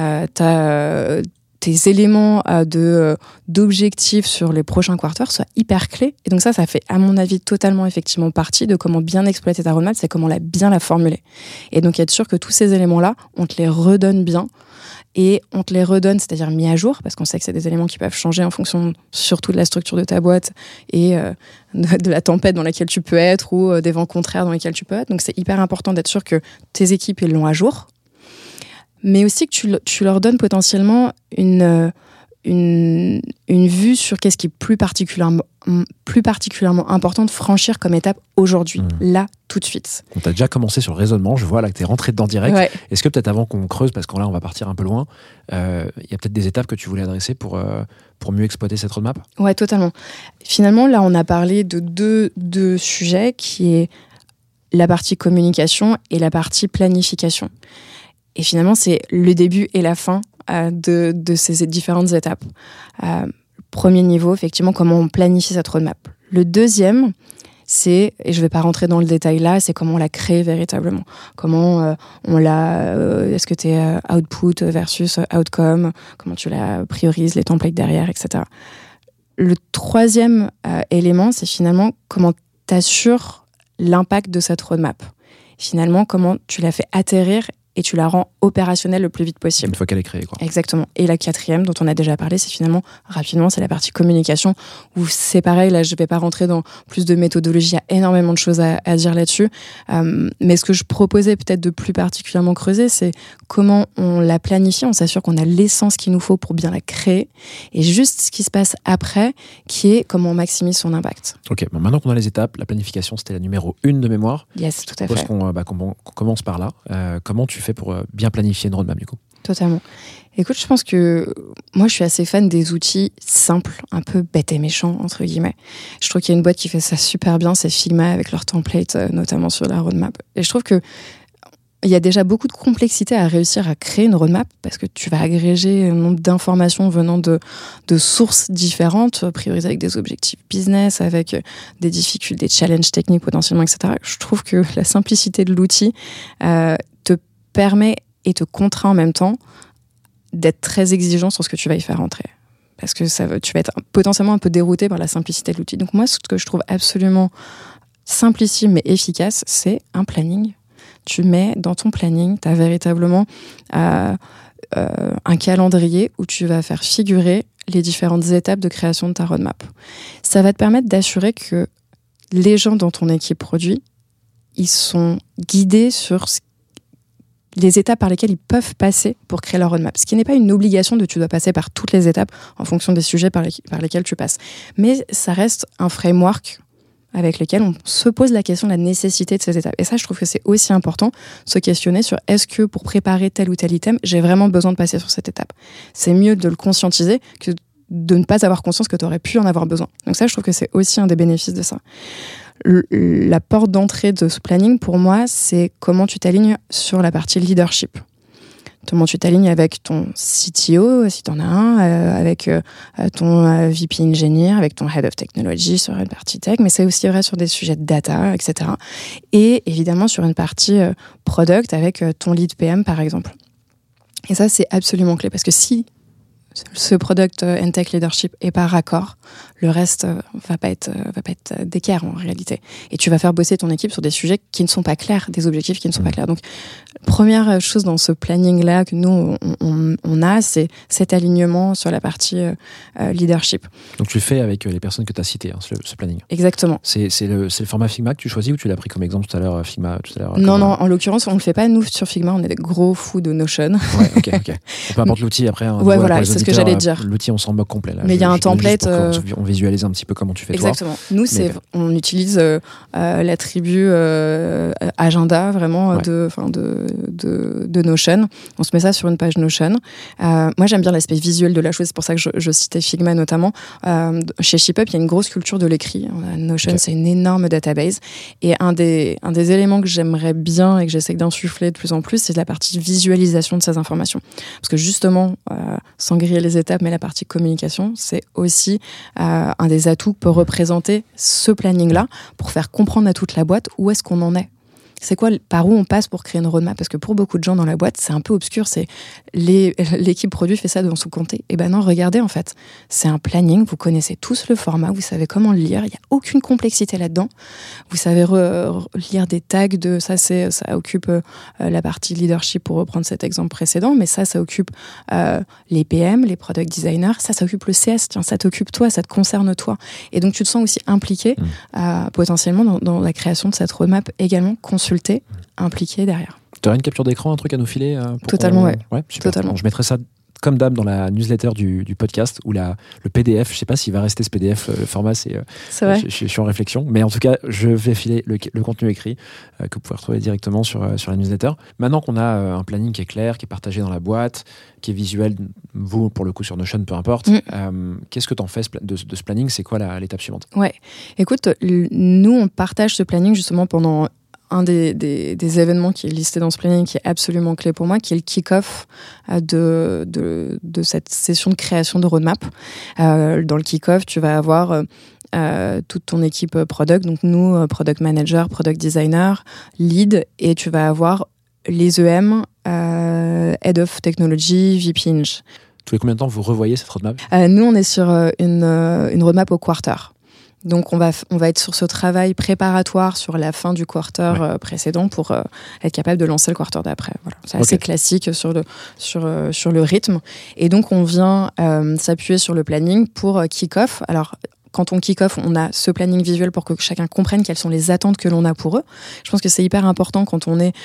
tes éléments d'objectifs sur les prochains quarters soient hyper clés. Et donc ça fait, à mon avis, totalement effectivement partie de comment bien exploiter ta roadmap, c'est comment bien la formuler. Et donc être sûr que tous ces éléments-là, on te les redonne bien. Et on te les redonne, c'est-à-dire mis à jour, parce qu'on sait que c'est des éléments qui peuvent changer en fonction surtout de la structure de ta boîte et de la tempête dans laquelle tu peux être ou des vents contraires dans lesquels tu peux être. Donc c'est hyper important d'être sûr que tes équipes ils l'ont à jour, mais aussi que tu leur donnes potentiellement une vue sur qu'est-ce qui est plus particulièrement important de franchir comme étape aujourd'hui, là, tout de suite. On t'a déjà commencé sur le raisonnement, je vois là que t'es rentré dedans direct. Ouais. Est-ce que peut-être avant qu'on creuse, parce que là on va partir un peu loin, il y a peut-être des étapes que tu voulais adresser pour mieux exploiter cette roadmap ? Ouais, totalement. Finalement, là, on a parlé de deux sujets qui est la partie communication et la partie planification. Et finalement, c'est le début et la fin de ces différentes étapes. Premier niveau, effectivement, comment on planifie cette roadmap. Le deuxième, c'est, et je ne vais pas rentrer dans le détail là, c'est comment on la crée véritablement. Comment on la... est-ce que tu es output versus outcome, comment tu la priorises, les templates derrière, etc. Le troisième élément, c'est finalement comment tu assures l'impact de cette roadmap. Finalement, comment tu la fais atterrir et tu la rends opérationnelle le plus vite possible. Une fois qu'elle est créée, quoi. Exactement. Et la quatrième, dont on a déjà parlé, c'est finalement, rapidement, c'est la partie communication, où c'est pareil, là, je vais pas rentrer dans plus de méthodologie, il y a énormément de choses à dire là-dessus. Mais ce que je proposais peut-être de plus particulièrement creuser, c'est comment on la planifie, on s'assure qu'on a l'essence qu'il nous faut pour bien la créer, et juste ce qui se passe après, qui est comment on maximise son impact. Ok, bon, maintenant qu'on a les étapes, la planification, c'était la numéro 1 de mémoire. Yes, tout à fait. fait. Qu'on commence par là. Comment tu fais pour bien planifier une roadmap, du coup ? Totalement. Écoute, je pense que moi, je suis assez fan des outils simples, un peu bêtes et méchants, entre guillemets. Je trouve qu'il y a une boîte qui fait ça super bien, c'est Figma, avec leur template, notamment sur la roadmap. Et je trouve que il y a déjà beaucoup de complexité à réussir à créer une roadmap parce que tu vas agréger un nombre d'informations venant de sources différentes, prioriser avec des objectifs business, avec des difficultés, des challenges techniques potentiellement, etc. Je trouve que la simplicité de l'outil te permet et te contraint en même temps d'être très exigeant sur ce que tu vas y faire entrer. Parce que tu vas être potentiellement un peu dérouté par la simplicité de l'outil. Donc moi, ce que je trouve absolument simplissime mais efficace, c'est un planning. Tu mets dans ton planning, tu as véritablement un calendrier où tu vas faire figurer les différentes étapes de création de ta roadmap. Ça va te permettre d'assurer que les gens dans ton équipe produit, ils sont guidés sur les étapes par lesquelles ils peuvent passer pour créer leur roadmap. Ce qui n'est pas une obligation de tu dois passer par toutes les étapes en fonction des sujets par lesquels tu passes. Mais ça reste un framework avec lequel on se pose la question de la nécessité de ces étapes. Et ça, je trouve que c'est aussi important, se questionner sur est-ce que pour préparer tel ou tel item, j'ai vraiment besoin de passer sur cette étape. C'est mieux de le conscientiser que de ne pas avoir conscience que tu aurais pu en avoir besoin. Donc ça, je trouve que c'est aussi un des bénéfices de ça. La porte d'entrée de ce planning, pour moi, c'est comment tu t'alignes sur la partie leadership. Comment tu t'alignes avec ton CTO, si tu en as un, avec ton VP Engineer, avec ton Head of Technology sur une partie tech, mais c'est aussi vrai sur des sujets de data, etc. Et évidemment sur une partie product avec ton lead PM, par exemple. Et ça, c'est absolument clé, parce que si ce product and tech leadership est pas raccord, le reste va pas être d'équerre en réalité. Et tu vas faire bosser ton équipe sur des sujets qui ne sont pas clairs, des objectifs qui ne sont pas clairs. Donc, première chose dans ce planning-là que nous, on a, c'est cet alignement sur la partie leadership. Donc, tu le fais avec les personnes que tu as citées, hein, ce planning. Exactement. C'est le format Figma que tu choisis ou tu l'as pris comme exemple tout à l'heure, Figma Non, en l'occurrence, on le fait pas, nous, sur Figma, on est des gros fous de Notion. Ouais, ok. Peu importe l'outil, après, ouais, voilà, c'est ce que j'allais dire. L'outil, on s'en moque complet. Là. Mais il y a un template. On visualise un petit peu comment tu fais. Exactement. Toi. Nous, on utilise l'attribut agenda vraiment de Notion. On se met ça sur une page Notion. Moi, j'aime bien l'aspect visuel de la chose. C'est pour ça que je citais Figma notamment. Chez ShipUp, il y a une grosse culture de l'écrit. Notion, c'est une énorme database. Et un des éléments que j'aimerais bien et que j'essaie d'insuffler de plus en plus, c'est la partie visualisation de ces informations. Parce que justement, sans griller les étapes, mais la partie communication, c'est aussi un des atouts que peut représenter ce planning-là pour faire comprendre à toute la boîte où est-ce qu'on en est. C'est quoi, par où on passe pour créer une roadmap? Parce que pour beaucoup de gens dans la boîte, c'est un peu obscur. C'est l'équipe produit fait ça dans son comté. Et ben non, regardez, en fait, c'est un planning. Vous connaissez tous le format, vous savez comment le lire. Il n'y a aucune complexité là-dedans. Vous savez lire des tags de ça. Ça occupe la partie leadership pour reprendre cet exemple précédent. Mais ça occupe les PM, les product designers. Ça occupe le CS. Tiens, ça t'occupe toi, ça te concerne toi. Et donc tu te sens aussi impliqué potentiellement dans la création de cette roadmap également consultée, impliqué derrière. Tu aurais une capture d'écran, un truc à nous filer Totalement, ouais. Ouais, super. Totalement. Bon, je mettrai ça comme d'hab dans la newsletter du podcast ou le PDF. Je ne sais pas s'il va rester ce PDF, le format, c'est vrai. Je suis en réflexion. Mais en tout cas, je vais filer le contenu écrit que vous pouvez retrouver directement sur la newsletter. Maintenant qu'on a un planning qui est clair, qui est partagé dans la boîte, qui est visuel, vous, pour le coup, sur Notion, peu importe, qu'est-ce que tu en fais de ce planning? C'est quoi l'étape suivante? Ouais. Écoute, nous, on partage ce planning justement pendant un des événements qui est listé dans ce planning, qui est absolument clé pour moi, qui est le kick-off de cette session de création de roadmap. Dans le kick-off, tu vas avoir toute ton équipe product, donc nous, product manager, product designer, lead, et tu vas avoir les EM, Head of Technology, VP Eng. Tous les combien de temps vous revoyez cette roadmap? Nous, on est sur une roadmap au quarter. Donc on va être sur ce travail préparatoire sur la fin du quarter précédent pour être capable de lancer le quarter d'après. Voilà. C'est assez classique sur le rythme. Et donc on vient s'appuyer sur le planning pour kick-off. Alors quand on kick-off, on a ce planning visuel pour que chacun comprenne quelles sont les attentes que l'on a pour eux. Je pense que c'est hyper important quand on est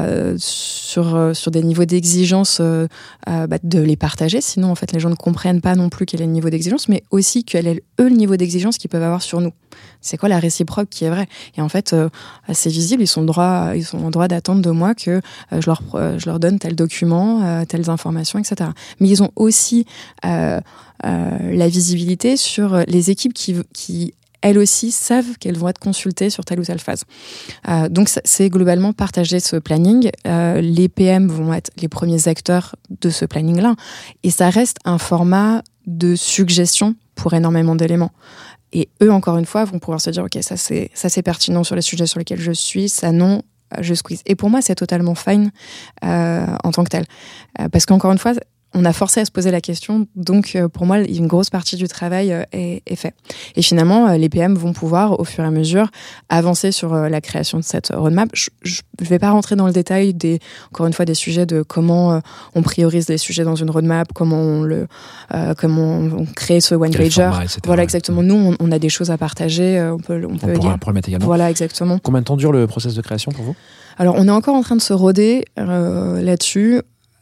sur des niveaux d'exigence de les partager. Sinon, en fait, les gens ne comprennent pas non plus quel est le niveau d'exigence, mais aussi quel est, eux, le niveau d'exigence qu'ils peuvent avoir sur nous. C'est quoi la réciproque qui est vraie? Et en fait, c'est visible, ils sont en droit d'attendre de moi que je leur donne tel document, telles informations, etc. Mais ils ont aussi la visibilité sur les équipes qui elles aussi savent qu'elles vont être consultées sur telle ou telle phase. Donc c'est globalement partager ce planning. Les PM vont être les premiers acteurs de ce planning-là. Et ça reste un format de suggestion pour énormément d'éléments. Et eux, encore une fois, vont pouvoir se dire « Ok, ça c'est pertinent sur les sujets sur lesquels je suis, ça non, je squeeze. » Et pour moi, c'est totalement fine en tant que tel. Parce qu'encore une fois, on a forcé à se poser la question, donc pour moi, une grosse partie du travail est fait. Et finalement, les PM vont pouvoir, au fur et à mesure, avancer sur la création de cette roadmap. Je ne vais pas rentrer dans le détail, encore une fois, des sujets de comment on priorise les sujets dans une roadmap, comment on crée ce one-pager. Voilà, exactement. Nous, on a des choses à partager. On pourra en mettre également. Voilà, exactement. Combien de temps dure le process de création pour vous ? Alors, on est encore en train de se roder là-dessus.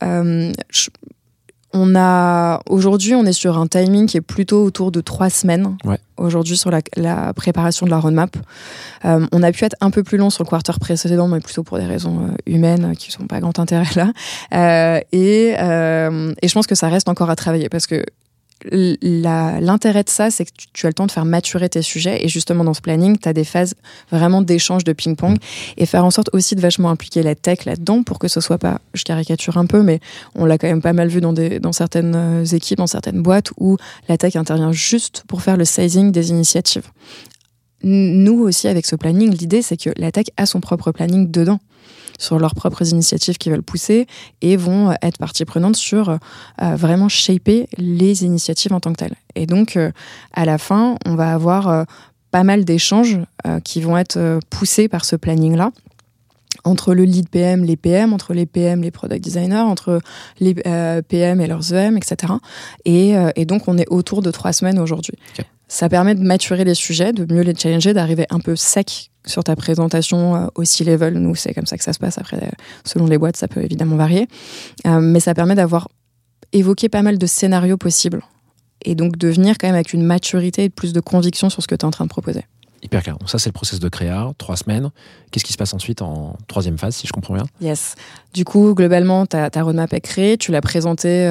Aujourd'hui, on est sur un timing qui est plutôt autour de 3 semaines. Ouais. Aujourd'hui, sur la préparation de la roadmap. On a pu être un peu plus long sur le quarter précédent, mais plutôt pour des raisons humaines qui ne sont pas grand intérêt là. Et je pense que ça reste encore à travailler parce que l'intérêt de ça, c'est que tu as le temps de faire maturer tes sujets et justement dans ce planning, tu as des phases vraiment d'échange, de ping-pong et faire en sorte aussi de vachement impliquer la tech là-dedans pour que ce soit pas, je caricature un peu, mais on l'a quand même pas mal vu dans certaines équipes, dans certaines boîtes où la tech intervient juste pour faire le sizing des initiatives. Nous aussi, avec ce planning, l'idée, c'est que la tech a son propre planning dedans, sur leurs propres initiatives qu'ils veulent pousser et vont être partie prenante sur vraiment shaper les initiatives en tant que telles. Et donc, à la fin, on va avoir pas mal d'échanges qui vont être poussés par ce planning-là, entre le lead PM, les PM, entre les PM, les product designers, entre les PM et leurs EM, etc. Et donc, on est autour de 3 semaines aujourd'hui. Okay. Ça permet de maturer les sujets, de mieux les challenger, d'arriver un peu sec sur ta présentation au C-level. Nous, c'est comme ça que ça se passe. Après, selon les boîtes, ça peut évidemment varier. Mais ça permet d'avoir évoqué pas mal de scénarios possibles. Et donc, de venir quand même avec une maturité et plus de conviction sur ce que tu es en train de proposer. Hyper clair. Donc ça, c'est le process de créa, 3 semaines. Qu'est-ce qui se passe ensuite en 3e phase, si je comprends bien ? Yes. Du coup, globalement, ta roadmap est créée. Tu l'as présentée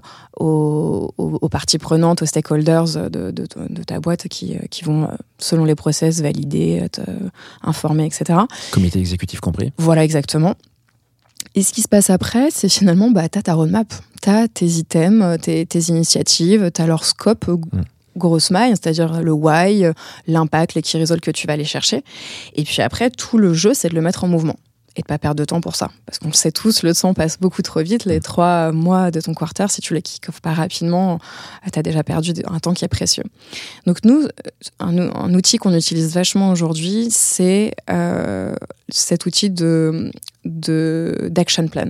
aux parties prenantes, aux stakeholders de ta boîte qui vont, selon les process, valider, être informés, etc. Comité exécutif compris. Voilà, exactement. Et ce qui se passe après, c'est finalement, t'as ta roadmap. T'as tes items, tes initiatives, t'as leur scope grosse maille, c'est-à-dire le why, l'impact, les key results que tu vas aller chercher. Et puis après, tout le jeu, c'est de le mettre en mouvement et de pas perdre de temps pour ça. Parce qu'on le sait tous, le temps passe beaucoup trop vite. Les 3 mois de ton quarter, si tu les kick-off pas rapidement, tu as déjà perdu un temps qui est précieux. Donc nous, un outil qu'on utilise vachement aujourd'hui, c'est cet outil d'action plan.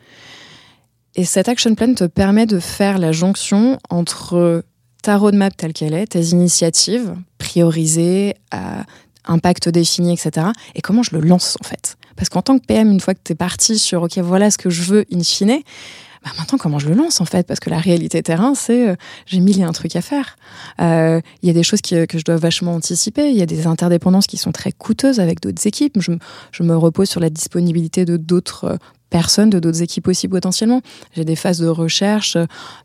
Et cet action plan te permet de faire la jonction entre ta roadmap telle qu'elle est, tes initiatives priorisées, impact défini, etc. Et comment je le lance, en fait. Parce qu'en tant que PM, une fois que tu es parti sur « Ok, voilà ce que je veux in fine », maintenant, comment je le lance, en fait ? Parce que la réalité terrain, c'est j'ai 1001 trucs à faire. Il y a des choses que je dois vachement anticiper. Il y a des interdépendances qui sont très coûteuses avec d'autres équipes. Je me repose sur la disponibilité de d'autres personnes, de d'autres équipes aussi potentiellement. J'ai des phases de recherche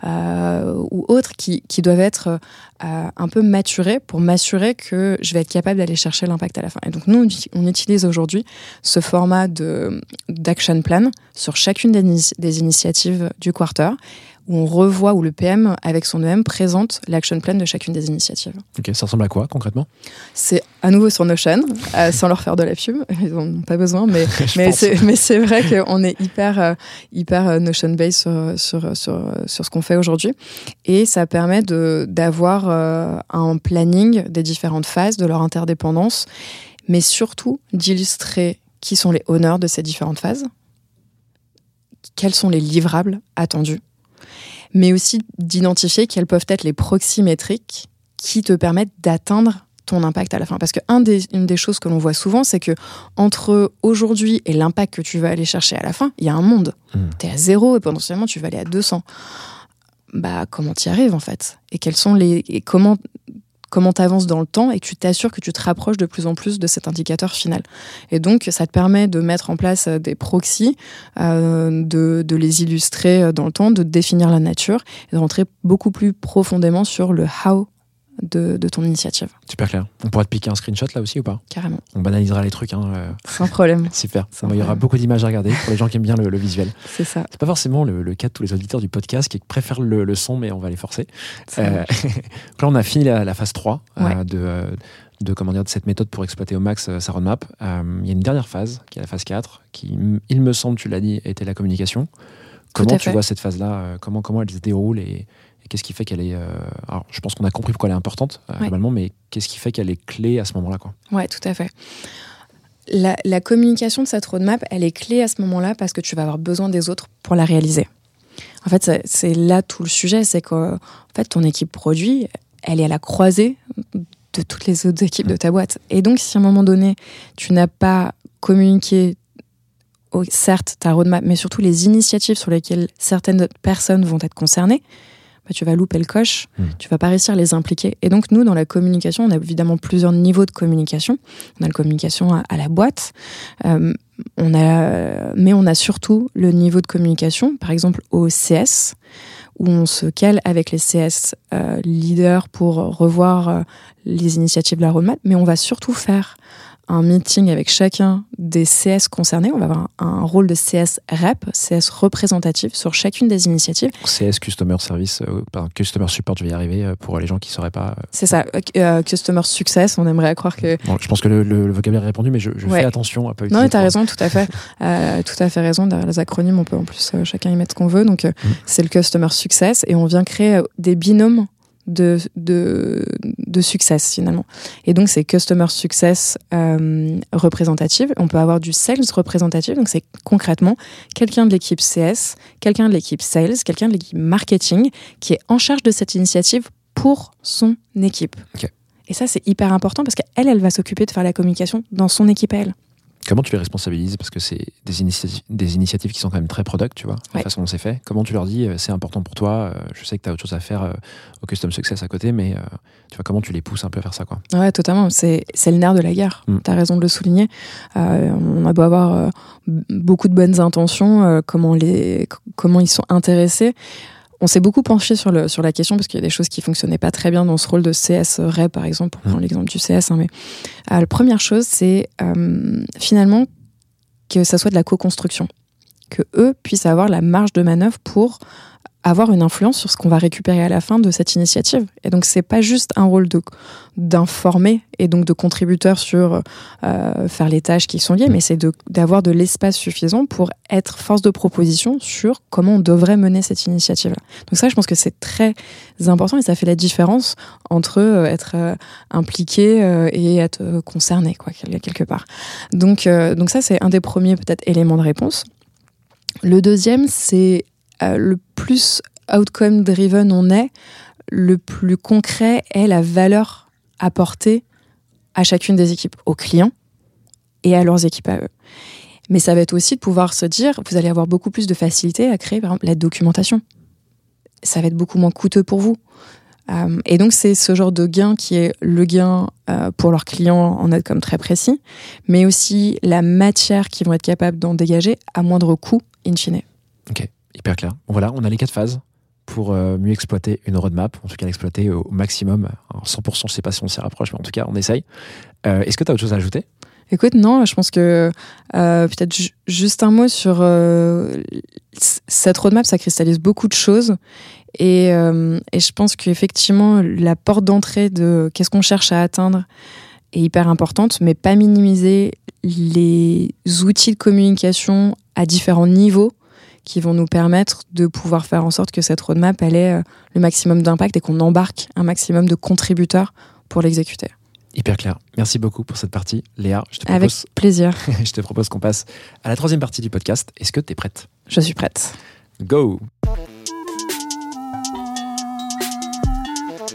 ou autres qui doivent être un peu maturées pour m'assurer que je vais être capable d'aller chercher l'impact à la fin. Et donc nous, on utilise aujourd'hui ce format d'action plan sur chacune des initiatives du quarter, où on revoit, où le PM, avec son EM, présente l'action plan de chacune des initiatives. Ok, ça ressemble à quoi, concrètement ? C'est à nouveau sur Notion, sans leur faire de la pub, ils n'en ont pas besoin, mais c'est vrai qu'on est hyper Notion-based sur ce qu'on fait aujourd'hui. Et ça permet d'avoir un planning des différentes phases, de leur interdépendance, mais surtout d'illustrer qui sont les honneurs de ces différentes phases, quels sont les livrables attendus, mais aussi d'identifier quelles peuvent être les proxys métriques qui te permettent d'atteindre ton impact à la fin. Parce qu'une des choses que l'on voit souvent, c'est que entre aujourd'hui et l'impact que tu vas aller chercher à la fin, il y a un monde. Tu es à 0 et potentiellement tu vas aller à 200. Comment tu y arrives en fait ? Et comment tu avances dans le temps et que tu t'assures que tu te rapproches de plus en plus de cet indicateur final. Et donc, ça te permet de mettre en place des proxys, de les illustrer dans le temps, de définir la nature et de rentrer beaucoup plus profondément sur le how de ton initiative. Super clair. On pourra te piquer un screenshot là aussi ou pas ? Carrément. On banalisera les trucs. Sans problème. Super. Il y aura beaucoup d'images à regarder pour les gens qui aiment bien le visuel. C'est ça. C'est pas forcément le cas de tous les auditeurs du podcast qui préfèrent le son, mais on va les forcer. Là, on a fini la phase 3 de cette méthode pour exploiter au max sa roadmap. Il y a une dernière phase, qui est la phase 4, qui, il me semble, tu l'as dit, était la communication. Comment tu vois cette phase-là ? Comment elle se déroule et qu'est-ce qui fait qu'elle est... alors, je pense qu'on a compris pourquoi elle est importante, globalement, mais qu'est-ce qui fait qu'elle est clé à ce moment-là, quoi ? Ouais, tout à fait. La communication de cette roadmap, elle est clé à ce moment-là parce que tu vas avoir besoin des autres pour la réaliser. En fait, c'est là tout le sujet, c'est que ton équipe produit, elle est à la croisée de toutes les autres équipes de ta boîte. Et donc, si à un moment donné, tu n'as pas communiqué, certes, ta roadmap, mais surtout les initiatives sur lesquelles certaines personnes vont être concernées, tu vas louper le coche, tu vas pas réussir à les impliquer. Et donc, nous, dans la communication, on a évidemment plusieurs niveaux de communication. On a la communication à la boîte, mais on a surtout le niveau de communication, par exemple au CS, où on se cale avec les CS leaders pour revoir les initiatives de la roadmap, mais on va surtout faire un meeting avec chacun des CS concernés. On va avoir un rôle de CS rep, CS représentatif sur chacune des initiatives. CS Customer Service, Customer Support, je vais y arriver pour les gens qui ne sauraient pas. C'est ça, Customer Success, on aimerait croire que... Bon, je pense que le vocabulaire est répandu, mais je fais attention à pas utiliser... Non, mais t'as raison, tout à fait. Tout à fait raison. Derrière les acronymes, on peut en plus chacun y mettre ce qu'on veut. Donc, c'est le Customer Success et on vient créer des binômes de success finalement. Et donc c'est Customer Success représentative. On peut avoir du Sales représentative, donc c'est concrètement quelqu'un de l'équipe CS, quelqu'un de l'équipe Sales, quelqu'un de l'équipe Marketing qui est en charge de cette initiative pour son équipe. Okay. Et ça c'est hyper important parce qu'elle va s'occuper de faire la communication dans son équipe à elle. Comment tu les responsabilises ? Parce que c'est des initiatives qui sont quand même très product, tu vois, la façon dont c'est fait. Comment tu leur dis, c'est important pour toi, je sais que tu as autre chose à faire au Custom Success à côté, mais tu vois, comment tu les pousses un peu à faire ça, quoi ? Ouais, totalement. C'est le nerf de la guerre. Tu as raison de le souligner. On a beau avoir beaucoup de bonnes intentions, comment ils sont intéressés. On s'est beaucoup penché sur la question parce qu'il y a des choses qui fonctionnaient pas très bien dans ce rôle de CS Rep, par exemple, pour prendre l'exemple du CS. Mais la première chose, c'est finalement que ça soit de la co-construction, que eux puissent avoir la marge de manœuvre pour avoir une influence sur ce qu'on va récupérer à la fin de cette initiative. Et donc, c'est pas juste un rôle d'informer et donc de contributeur sur faire les tâches qui sont liées, mais c'est d'avoir de l'espace suffisant pour être force de proposition sur comment on devrait mener cette initiative-là. Donc ça, je pense que c'est très important et ça fait la différence entre être impliqué et être concerné, quoi, quelque part. Donc ça, c'est un des premiers, peut-être, éléments de réponse. Le deuxième, c'est le plus outcome driven on est, le plus concret est la valeur apportée à chacune des équipes, aux clients et à leurs équipes à eux. Mais ça va être aussi de pouvoir se dire, vous allez avoir beaucoup plus de facilité à créer, par exemple, la documentation. Ça va être beaucoup moins coûteux pour vous. Et donc, c'est ce genre de gain qui est le gain pour leurs clients en outcome très précis, mais aussi la matière qu'ils vont être capables d'en dégager à moindre coût, in fine. Ok. Hyper clair. Bon, voilà, on a les 4 phases pour mieux exploiter une roadmap, en tout cas l'exploiter au maximum. Alors 100%, je ne sais pas si on s'y rapproche, mais en tout cas, on essaye. Est-ce que tu as autre chose à ajouter ? Écoute, non, je pense que peut-être juste un mot sur cette roadmap, ça cristallise beaucoup de choses. Et je pense qu'effectivement, la porte d'entrée de qu'est-ce qu'on cherche à atteindre est hyper importante, mais pas minimiser les outils de communication à différents niveaux qui vont nous permettre de pouvoir faire en sorte que cette roadmap elle ait le maximum d'impact et qu'on embarque un maximum de contributeurs pour l'exécuter. Hyper clair. Merci beaucoup pour cette partie. Léa, je te propose... Avec plaisir. Je te propose qu'on passe à la 3e partie du podcast. Est-ce que tu es prête ? Je suis prête. Go !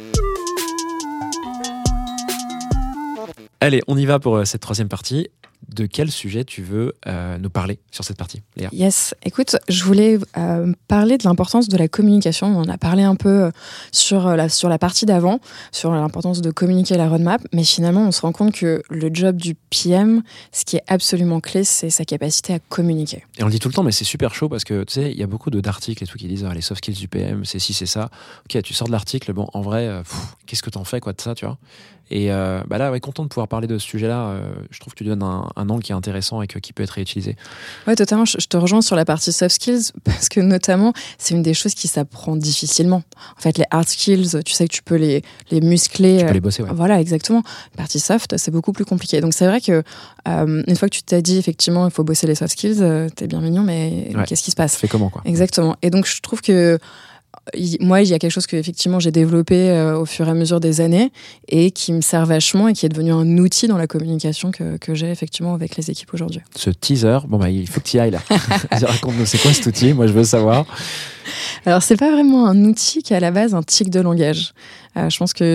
Allez, on y va pour cette 3e partie. De quel sujet tu veux nous parler sur cette partie, Léa ? Yes, écoute, je voulais parler de l'importance de la communication. On a parlé un peu sur la partie d'avant, sur l'importance de communiquer la roadmap, mais finalement, on se rend compte que le job du PM, ce qui est absolument clé, c'est sa capacité à communiquer. Et on le dit tout le temps, mais c'est super chaud parce que tu sais, il y a beaucoup d'articles et tout qui disent les soft skills du PM, c'est ci, c'est ça. Ok, tu sors de l'article, bon, en vrai, qu'est-ce que t'en fais quoi de ça, tu vois ? Et là, ouais, content de pouvoir parler de ce sujet-là. Je trouve que tu donnes un angle qui est intéressant et qui peut être réutilisé. Ouais, totalement. Je te rejoins sur la partie soft skills parce que notamment, c'est une des choses qui s'apprend difficilement. En fait, les hard skills, tu sais que tu peux les muscler. Tu peux les bosser, ouais. Voilà, exactement. La partie soft, c'est beaucoup plus compliqué. Donc c'est vrai que une fois que tu t'as dit effectivement, il faut bosser les soft skills, t'es bien mignon, mais qu'est-ce qui se passe ? Fais comment, quoi ? Exactement. Et donc je trouve que moi, il y a quelque chose que effectivement j'ai développé au fur et à mesure des années et qui me sert vachement et qui est devenu un outil dans la communication que j'ai effectivement avec les équipes aujourd'hui. Ce teaser, il faut que tu y ailles là. Raconte-nous, c'est quoi cet outil ? Moi, je veux savoir. Alors, c'est pas vraiment un outil qui est à la base un tic de langage. Je pense que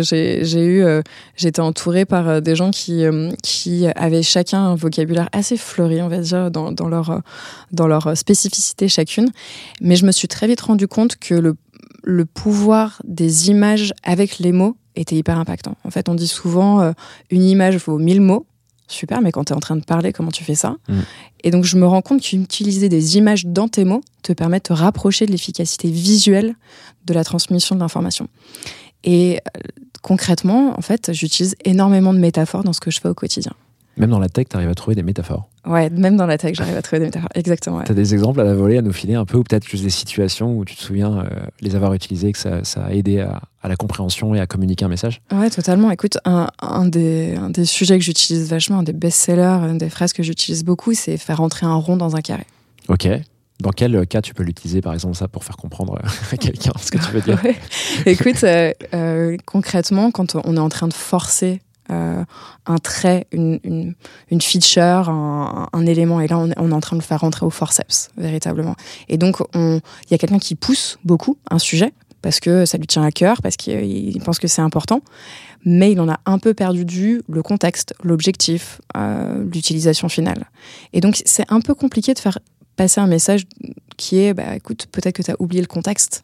j'étais entourée par des gens qui avaient chacun un vocabulaire assez fleuri, on va dire, dans leur spécificité chacune. Mais je me suis très vite rendu compte que le pouvoir des images avec les mots était hyper impactant. En fait, on dit souvent une image vaut 1000 mots. Super, mais quand tu es en train de parler, comment tu fais ça ? Et donc, je me rends compte qu'utiliser des images dans tes mots te permet de te rapprocher de l'efficacité visuelle de la transmission de l'information. Et concrètement, en fait, j'utilise énormément de métaphores dans ce que je fais au quotidien. Même dans la tech, tu arrives à trouver des métaphores. Ouais, même dans la tech, j'arrive à trouver des métaphores. Exactement. Ouais. Tu as des exemples à la volée à nous filer un peu, ou peut-être juste des situations où tu te souviens les avoir utilisées, que ça a aidé à la compréhension et à communiquer un message ? Ouais, totalement. Écoute, un des sujets que j'utilise vachement, un des best-sellers, une des phrases que j'utilise beaucoup, c'est faire rentrer un rond dans un carré. Ok. Dans quel cas tu peux l'utiliser, par exemple, ça, pour faire comprendre à quelqu'un ce que tu veux dire ? Ouais. Écoute, concrètement, quand on est en train de forcer un trait, une feature, un élément, et là on est en train de le faire rentrer au forceps, véritablement. Et donc il y a quelqu'un qui pousse beaucoup un sujet parce que ça lui tient à cœur, parce qu'il pense que c'est important, mais il en a un peu perdu de vue le contexte, l'objectif, l'utilisation finale. Et donc c'est un peu compliqué de faire passer un message qui est, écoute, peut-être que tu as oublié le contexte.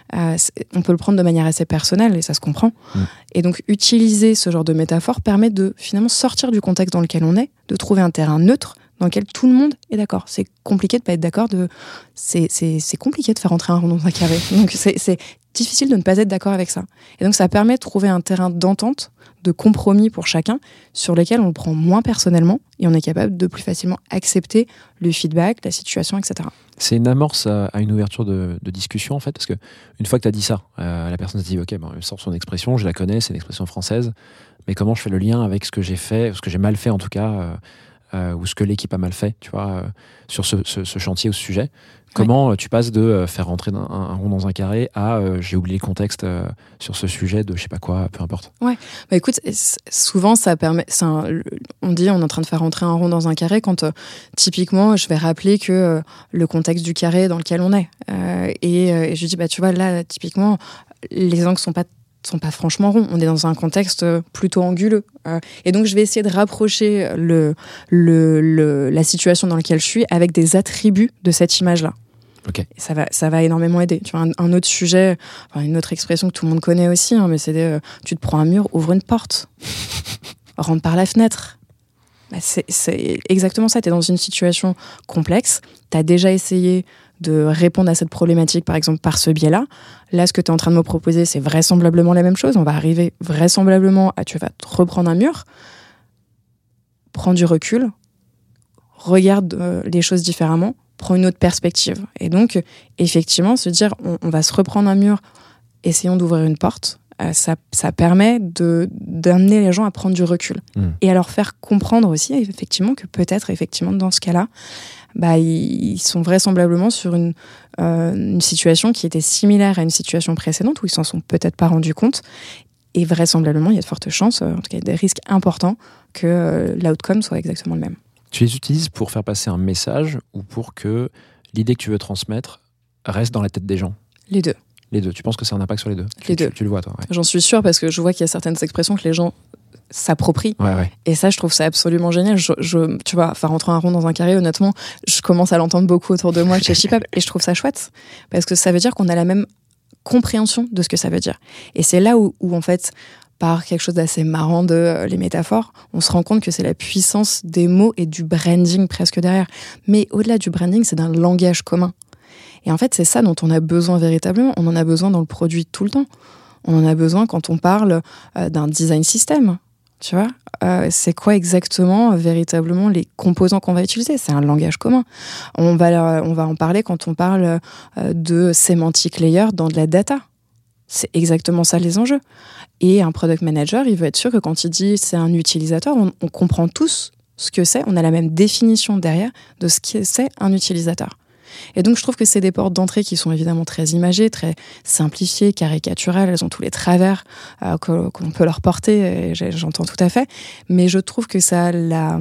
On peut le prendre de manière assez personnelle et ça se comprend. Et donc, utiliser ce genre de métaphore permet de finalement sortir du contexte dans lequel on est, de trouver un terrain neutre dans lequel tout le monde est d'accord. C'est compliqué de pas être d'accord. C'est compliqué de faire entrer un rond dans un carré. Donc, c'est difficile de ne pas être d'accord avec ça. Et donc, ça permet de trouver un terrain d'entente, de compromis pour chacun, sur lesquels on le prend moins personnellement et on est capable de plus facilement accepter le feedback, la situation, etc. C'est une amorce à une ouverture de discussion, en fait, parce que une fois que tu as dit ça, la personne se dit, ok, elle sort son expression, je la connais, c'est une expression française, mais comment je fais le lien avec ce que j'ai fait, ce que j'ai mal fait en tout cas, ou ce que l'équipe a mal fait, tu vois, sur ce chantier ou ce sujet. Comment tu passes de faire rentrer un rond dans un carré à j'ai oublié le contexte sur ce sujet de je sais pas quoi, peu importe. Ouais, écoute, souvent ça permet. On dit on est en train de faire rentrer un rond dans un carré quand typiquement je vais rappeler que le contexte du carré dans lequel on est. Et je dis tu vois là typiquement les angles sont pas franchement ronds. On est dans un contexte plutôt anguleux. Et donc, je vais essayer de rapprocher la situation dans laquelle je suis avec des attributs de cette image-là. Okay. Et ça va énormément aider. Tu vois, un autre sujet, une autre expression que tout le monde connaît aussi, mais c'est tu te prends un mur, ouvre une porte. Rentre par la fenêtre. C'est exactement ça. Tu es dans une situation complexe. Tu as déjà essayé de répondre à cette problématique, par exemple, par ce biais-là. Là, ce que tu es en train de me proposer, c'est vraisemblablement la même chose. On va arriver vraisemblablement à tu vas te reprendre un mur, prends du recul, regarde les choses différemment, prends une autre perspective. Et donc, effectivement, se dire, on va se reprendre un mur, essayons d'ouvrir une porte, ça permet d'amener les gens à prendre du recul. Et à leur faire comprendre aussi, effectivement, que peut-être, effectivement, dans ce cas-là, ils sont vraisemblablement sur une situation qui était similaire à une situation précédente où ils s'en sont peut-être pas rendus compte. Et vraisemblablement, il y a de fortes chances, en tout cas, des risques importants que l'outcome soit exactement le même. Tu les utilises pour faire passer un message ou pour que l'idée que tu veux transmettre reste dans la tête des gens ? Les deux. Les deux. Tu penses que c'est un impact sur les deux ? Les deux. Tu le vois, toi ? Ouais. J'en suis sûre parce que je vois qu'il y a certaines expressions que les gens s'approprient. Ouais. Et ça, je trouve ça absolument génial. Tu vois, enfin, rentrer un rond dans un carré, honnêtement, je commence à l'entendre beaucoup autour de moi chez Chipap, et je trouve ça chouette, parce que ça veut dire qu'on a la même compréhension de ce que ça veut dire. Et c'est là où en fait, par quelque chose d'assez marrant de les métaphores, on se rend compte que c'est la puissance des mots et du branding presque derrière. Mais au-delà du branding, c'est d'un langage commun. Et en fait, c'est ça dont on a besoin véritablement. On en a besoin dans le produit tout le temps. On en a besoin quand on parle d'un design system. Tu vois, c'est quoi exactement véritablement les composants qu'on va utiliser? C'est un langage commun. On va en parler quand on parle de semantic layer dans de la data. C'est exactement ça les enjeux. Et un product manager, il veut être sûr que quand il dit c'est un utilisateur, on comprend tous ce que c'est. On a la même définition derrière de ce que c'est un utilisateur. Et donc, je trouve que c'est des portes d'entrée qui sont évidemment très imagées, très simplifiées, caricaturales. Elles ont tous les travers qu'on peut leur porter, et j'entends tout à fait. Mais je trouve que ça a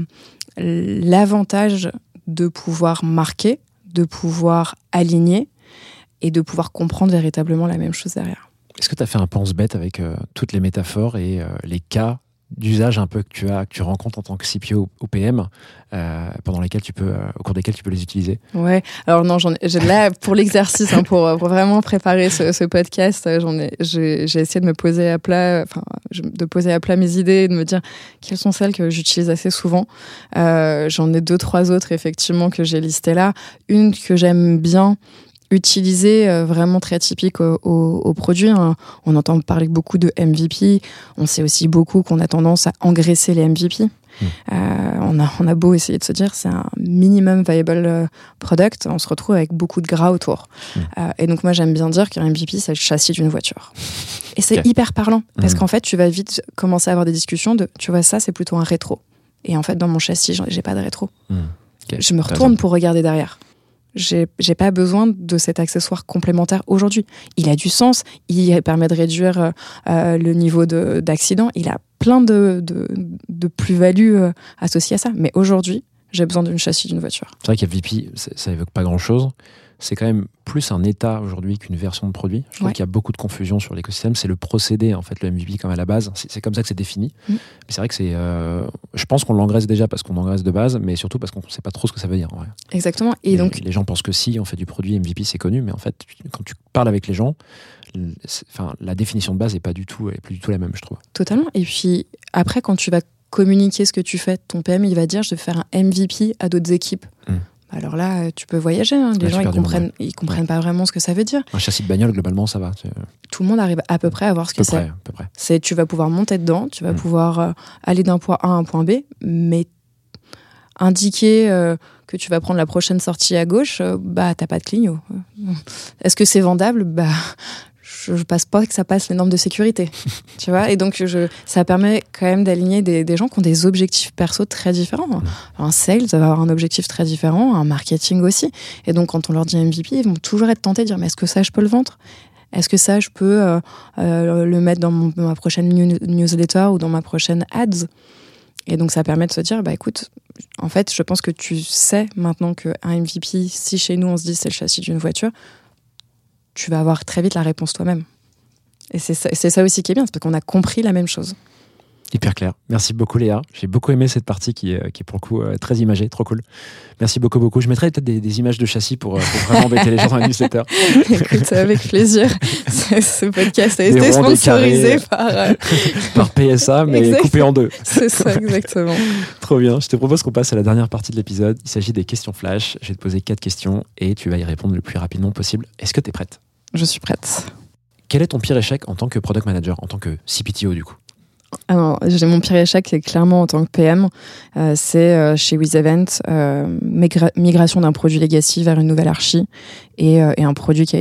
l'avantage de pouvoir marquer, de pouvoir aligner et de pouvoir comprendre véritablement la même chose derrière. Est-ce que tu as fait un pense-bête avec toutes les métaphores et les cas d'usage un peu que tu rencontres en tant que CPO ou PM pendant lesquels au cours desquels tu peux les utiliser? Ouais. Alors non, j'ai là pour l'exercice, pour vraiment préparer ce podcast, j'ai essayé de me poser à plat, de poser à plat mes idées et de me dire quelles sont celles que j'utilise assez souvent. J'en ai 2-3 autres effectivement que j'ai listées là. Une que j'aime bien utiliser, vraiment très typique au produit. On entend parler beaucoup de MVP. On sait aussi beaucoup qu'on a tendance à engraisser les MVP. On a beau essayer de se dire c'est un minimum viable product, on se retrouve avec beaucoup de gras autour. Et donc moi j'aime bien dire qu'un MVP c'est le châssis d'une voiture. Et c'est hyper parlant, parce qu'en fait tu vas vite commencer à avoir des discussions de tu vois ça c'est plutôt un rétro. Et en fait dans mon châssis j'ai pas de rétro. Je me retourne pour regarder derrière. J'ai pas besoin de cet accessoire complémentaire aujourd'hui. Il a du sens, il permet de réduire le niveau d'accident, il a plein de plus-values associées à ça. Mais aujourd'hui, j'ai besoin d'une châssis d'une voiture. C'est vrai qu'MVP, ça évoque pas grand-chose. C'est quand même plus un état aujourd'hui qu'une version de produit. Je trouve qu'il y a beaucoup de confusion sur l'écosystème. C'est le procédé, en fait, le MVP comme à la base. C'est comme ça que c'est défini. Mais c'est vrai que je pense qu'on l'engraisse déjà parce qu'on engraisse de base, mais surtout parce qu'on ne sait pas trop ce que ça veut dire. En vrai. Exactement. Et donc, les gens pensent que si on fait du produit MVP, c'est connu, mais en fait, quand tu parles avec les gens, la définition de base n'est plus du tout la même, je trouve. Totalement. Et puis après, quand tu vas communiquer ce que tu fais, ton PM, il va dire je vais faire un MVP à d'autres équipes. Alors là, tu peux voyager. Les gens, ils comprennent pas vraiment ce que ça veut dire. Un châssis de bagnole, globalement, ça va. Tout le monde arrive à peu près à voir ce que c'est. À peu près. Tu vas pouvoir monter dedans, tu vas pouvoir aller d'un point A à un point B, mais indiquer que tu vas prendre la prochaine sortie à gauche, t'as pas de clignot. Est-ce que c'est vendable? Je passe pas que ça passe les normes de sécurité, tu vois. Et donc ça permet quand même d'aligner des gens qui ont des objectifs perso très différents. Un sales va avoir un objectif très différent, un marketing aussi. Et donc quand on leur dit MVP, ils vont toujours être tentés de dire mais est-ce que ça je peux le vendre? Est-ce que ça je peux le mettre dans ma prochaine newsletter ou dans ma prochaine ads? Et donc ça permet de se dire écoute, en fait je pense que tu sais maintenant qu'un MVP, si chez nous on se dit c'est le châssis d'une voiture, tu vas avoir très vite la réponse toi-même. Et c'est ça aussi qui est bien, c'est parce qu'on a compris la même chose. Hyper clair. Merci beaucoup Léa. J'ai beaucoup aimé cette partie qui est pour le coup très imagée, trop cool. Merci beaucoup. Je mettrai peut-être des images de châssis pour vraiment embêter les gens dans la newsletter. Écoute, avec plaisir. Ce podcast a été sponsorisé par PSA, mais coupé en deux. C'est ça, exactement. Trop bien. Je te propose qu'on passe à la dernière partie de l'épisode. Il s'agit des questions flash. Je vais te poser 4 questions et tu vas y répondre le plus rapidement possible. Est-ce que tu es prête? Je suis prête. Quel est ton pire échec en tant que product manager, en tant que CPTO du coup? Alors, mon pire échec, c'est clairement en tant que PM. C'est chez WizEvent, migration d'un produit legacy vers une nouvelle archi et un projet qui a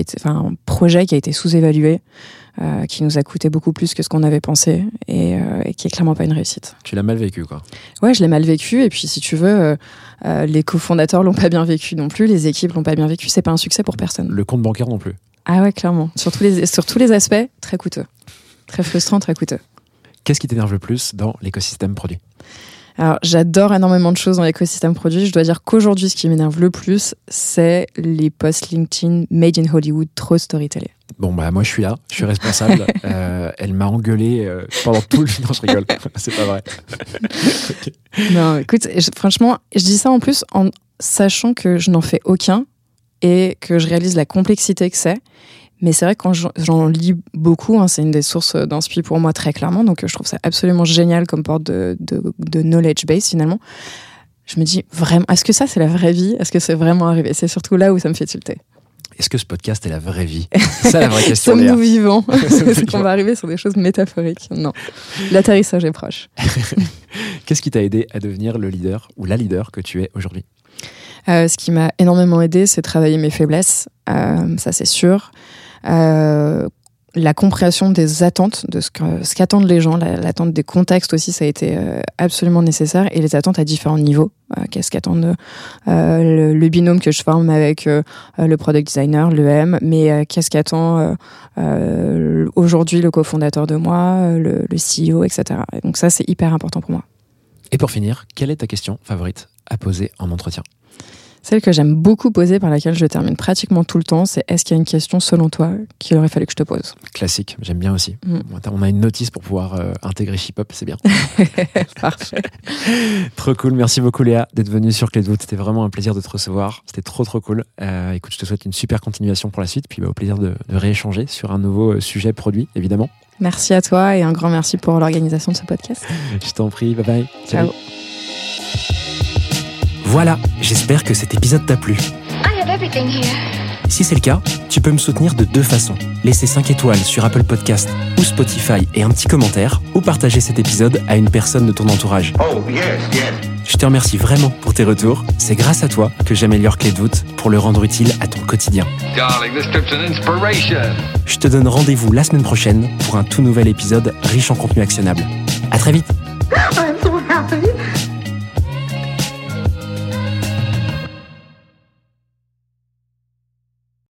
été sous-évalué, qui nous a coûté beaucoup plus que ce qu'on avait pensé et qui est clairement pas une réussite. Tu l'as mal vécu, quoi. Ouais, je l'ai mal vécu et puis si tu veux, les cofondateurs l'ont pas bien vécu non plus, les équipes l'ont pas bien vécu. C'est pas un succès pour personne. Le compte bancaire non plus. Ah ouais, clairement. Sur tous les aspects, très coûteux, très frustrant, très coûteux. Qu'est-ce qui t'énerve le plus dans l'écosystème produit? Alors, j'adore énormément de choses dans l'écosystème produit. Je dois dire qu'aujourd'hui, ce qui m'énerve le plus, c'est les posts LinkedIn made in Hollywood, trop storytellés. Bon, bah, moi, je suis là, je suis responsable. Elle m'a engueulé pendant tout le... Non, je rigole, c'est pas vrai. Okay. Non, écoute, franchement, je dis ça en plus en sachant que je n'en fais aucun et que je réalise la complexité que c'est. Mais c'est vrai que quand j'en lis beaucoup, hein, c'est une des sources d'inspi pour moi très clairement, donc je trouve ça absolument génial comme porte de knowledge base finalement. Je me dis, vraiment, est-ce que ça c'est la vraie vie ? Est-ce que c'est vraiment arrivé ? C'est surtout là où ça me fait tilter. Est-ce que ce podcast est la vraie vie ? C'est ça la vraie question. Sommes-nous vivants ? Est-ce qu'on va arriver sur des choses métaphoriques ? Non. L'atterrissage est proche. Qu'est-ce qui t'a aidé à devenir le leader ou la leader que tu es aujourd'hui ? Ce qui m'a énormément aidé, c'est travailler mes faiblesses. Ça, c'est sûr. La compréhension des attentes, de ce qu'attendent les gens, l'attente des contextes aussi, ça a été absolument nécessaire. Et les attentes à différents niveaux. Qu'est-ce qu'attendent le binôme que je forme avec le product designer, le M, mais qu'est-ce qu'attend aujourd'hui le cofondateur de moi, le CEO, etc. Et donc ça, c'est hyper important pour moi. Et pour finir, quelle est ta question favorite à poser en entretien ? Celle que j'aime beaucoup poser, par laquelle je termine pratiquement tout le temps, c'est est-ce qu'il y a une question selon toi qu'il aurait fallu que je te pose ? Classique, j'aime bien aussi. On a une notice pour pouvoir intégrer Shipop, c'est bien. Parfait. Trop cool, merci beaucoup Léa d'être venue sur Clé de voûte. C'était vraiment un plaisir de te recevoir. C'était trop cool. Écoute, je te souhaite une super continuation pour la suite, puis au plaisir de rééchanger sur un nouveau sujet produit, évidemment. Merci à toi et un grand merci pour l'organisation de ce podcast. Je t'en prie, bye bye. Ciao. Voilà, j'espère que cet épisode t'a plu. I have everything here. Si c'est le cas, tu peux me soutenir de 2 façons. Laisser 5 étoiles sur Apple Podcast ou Spotify et un petit commentaire, ou partager cet épisode à une personne de ton entourage. Oh, yes. Je te remercie vraiment pour tes retours. C'est grâce à toi que j'améliore Clé de voûte pour le rendre utile à ton quotidien. Darling, this trip's an inspiration. Je te donne rendez-vous la semaine prochaine pour un tout nouvel épisode riche en contenu actionnable. À très vite. I'm so happy.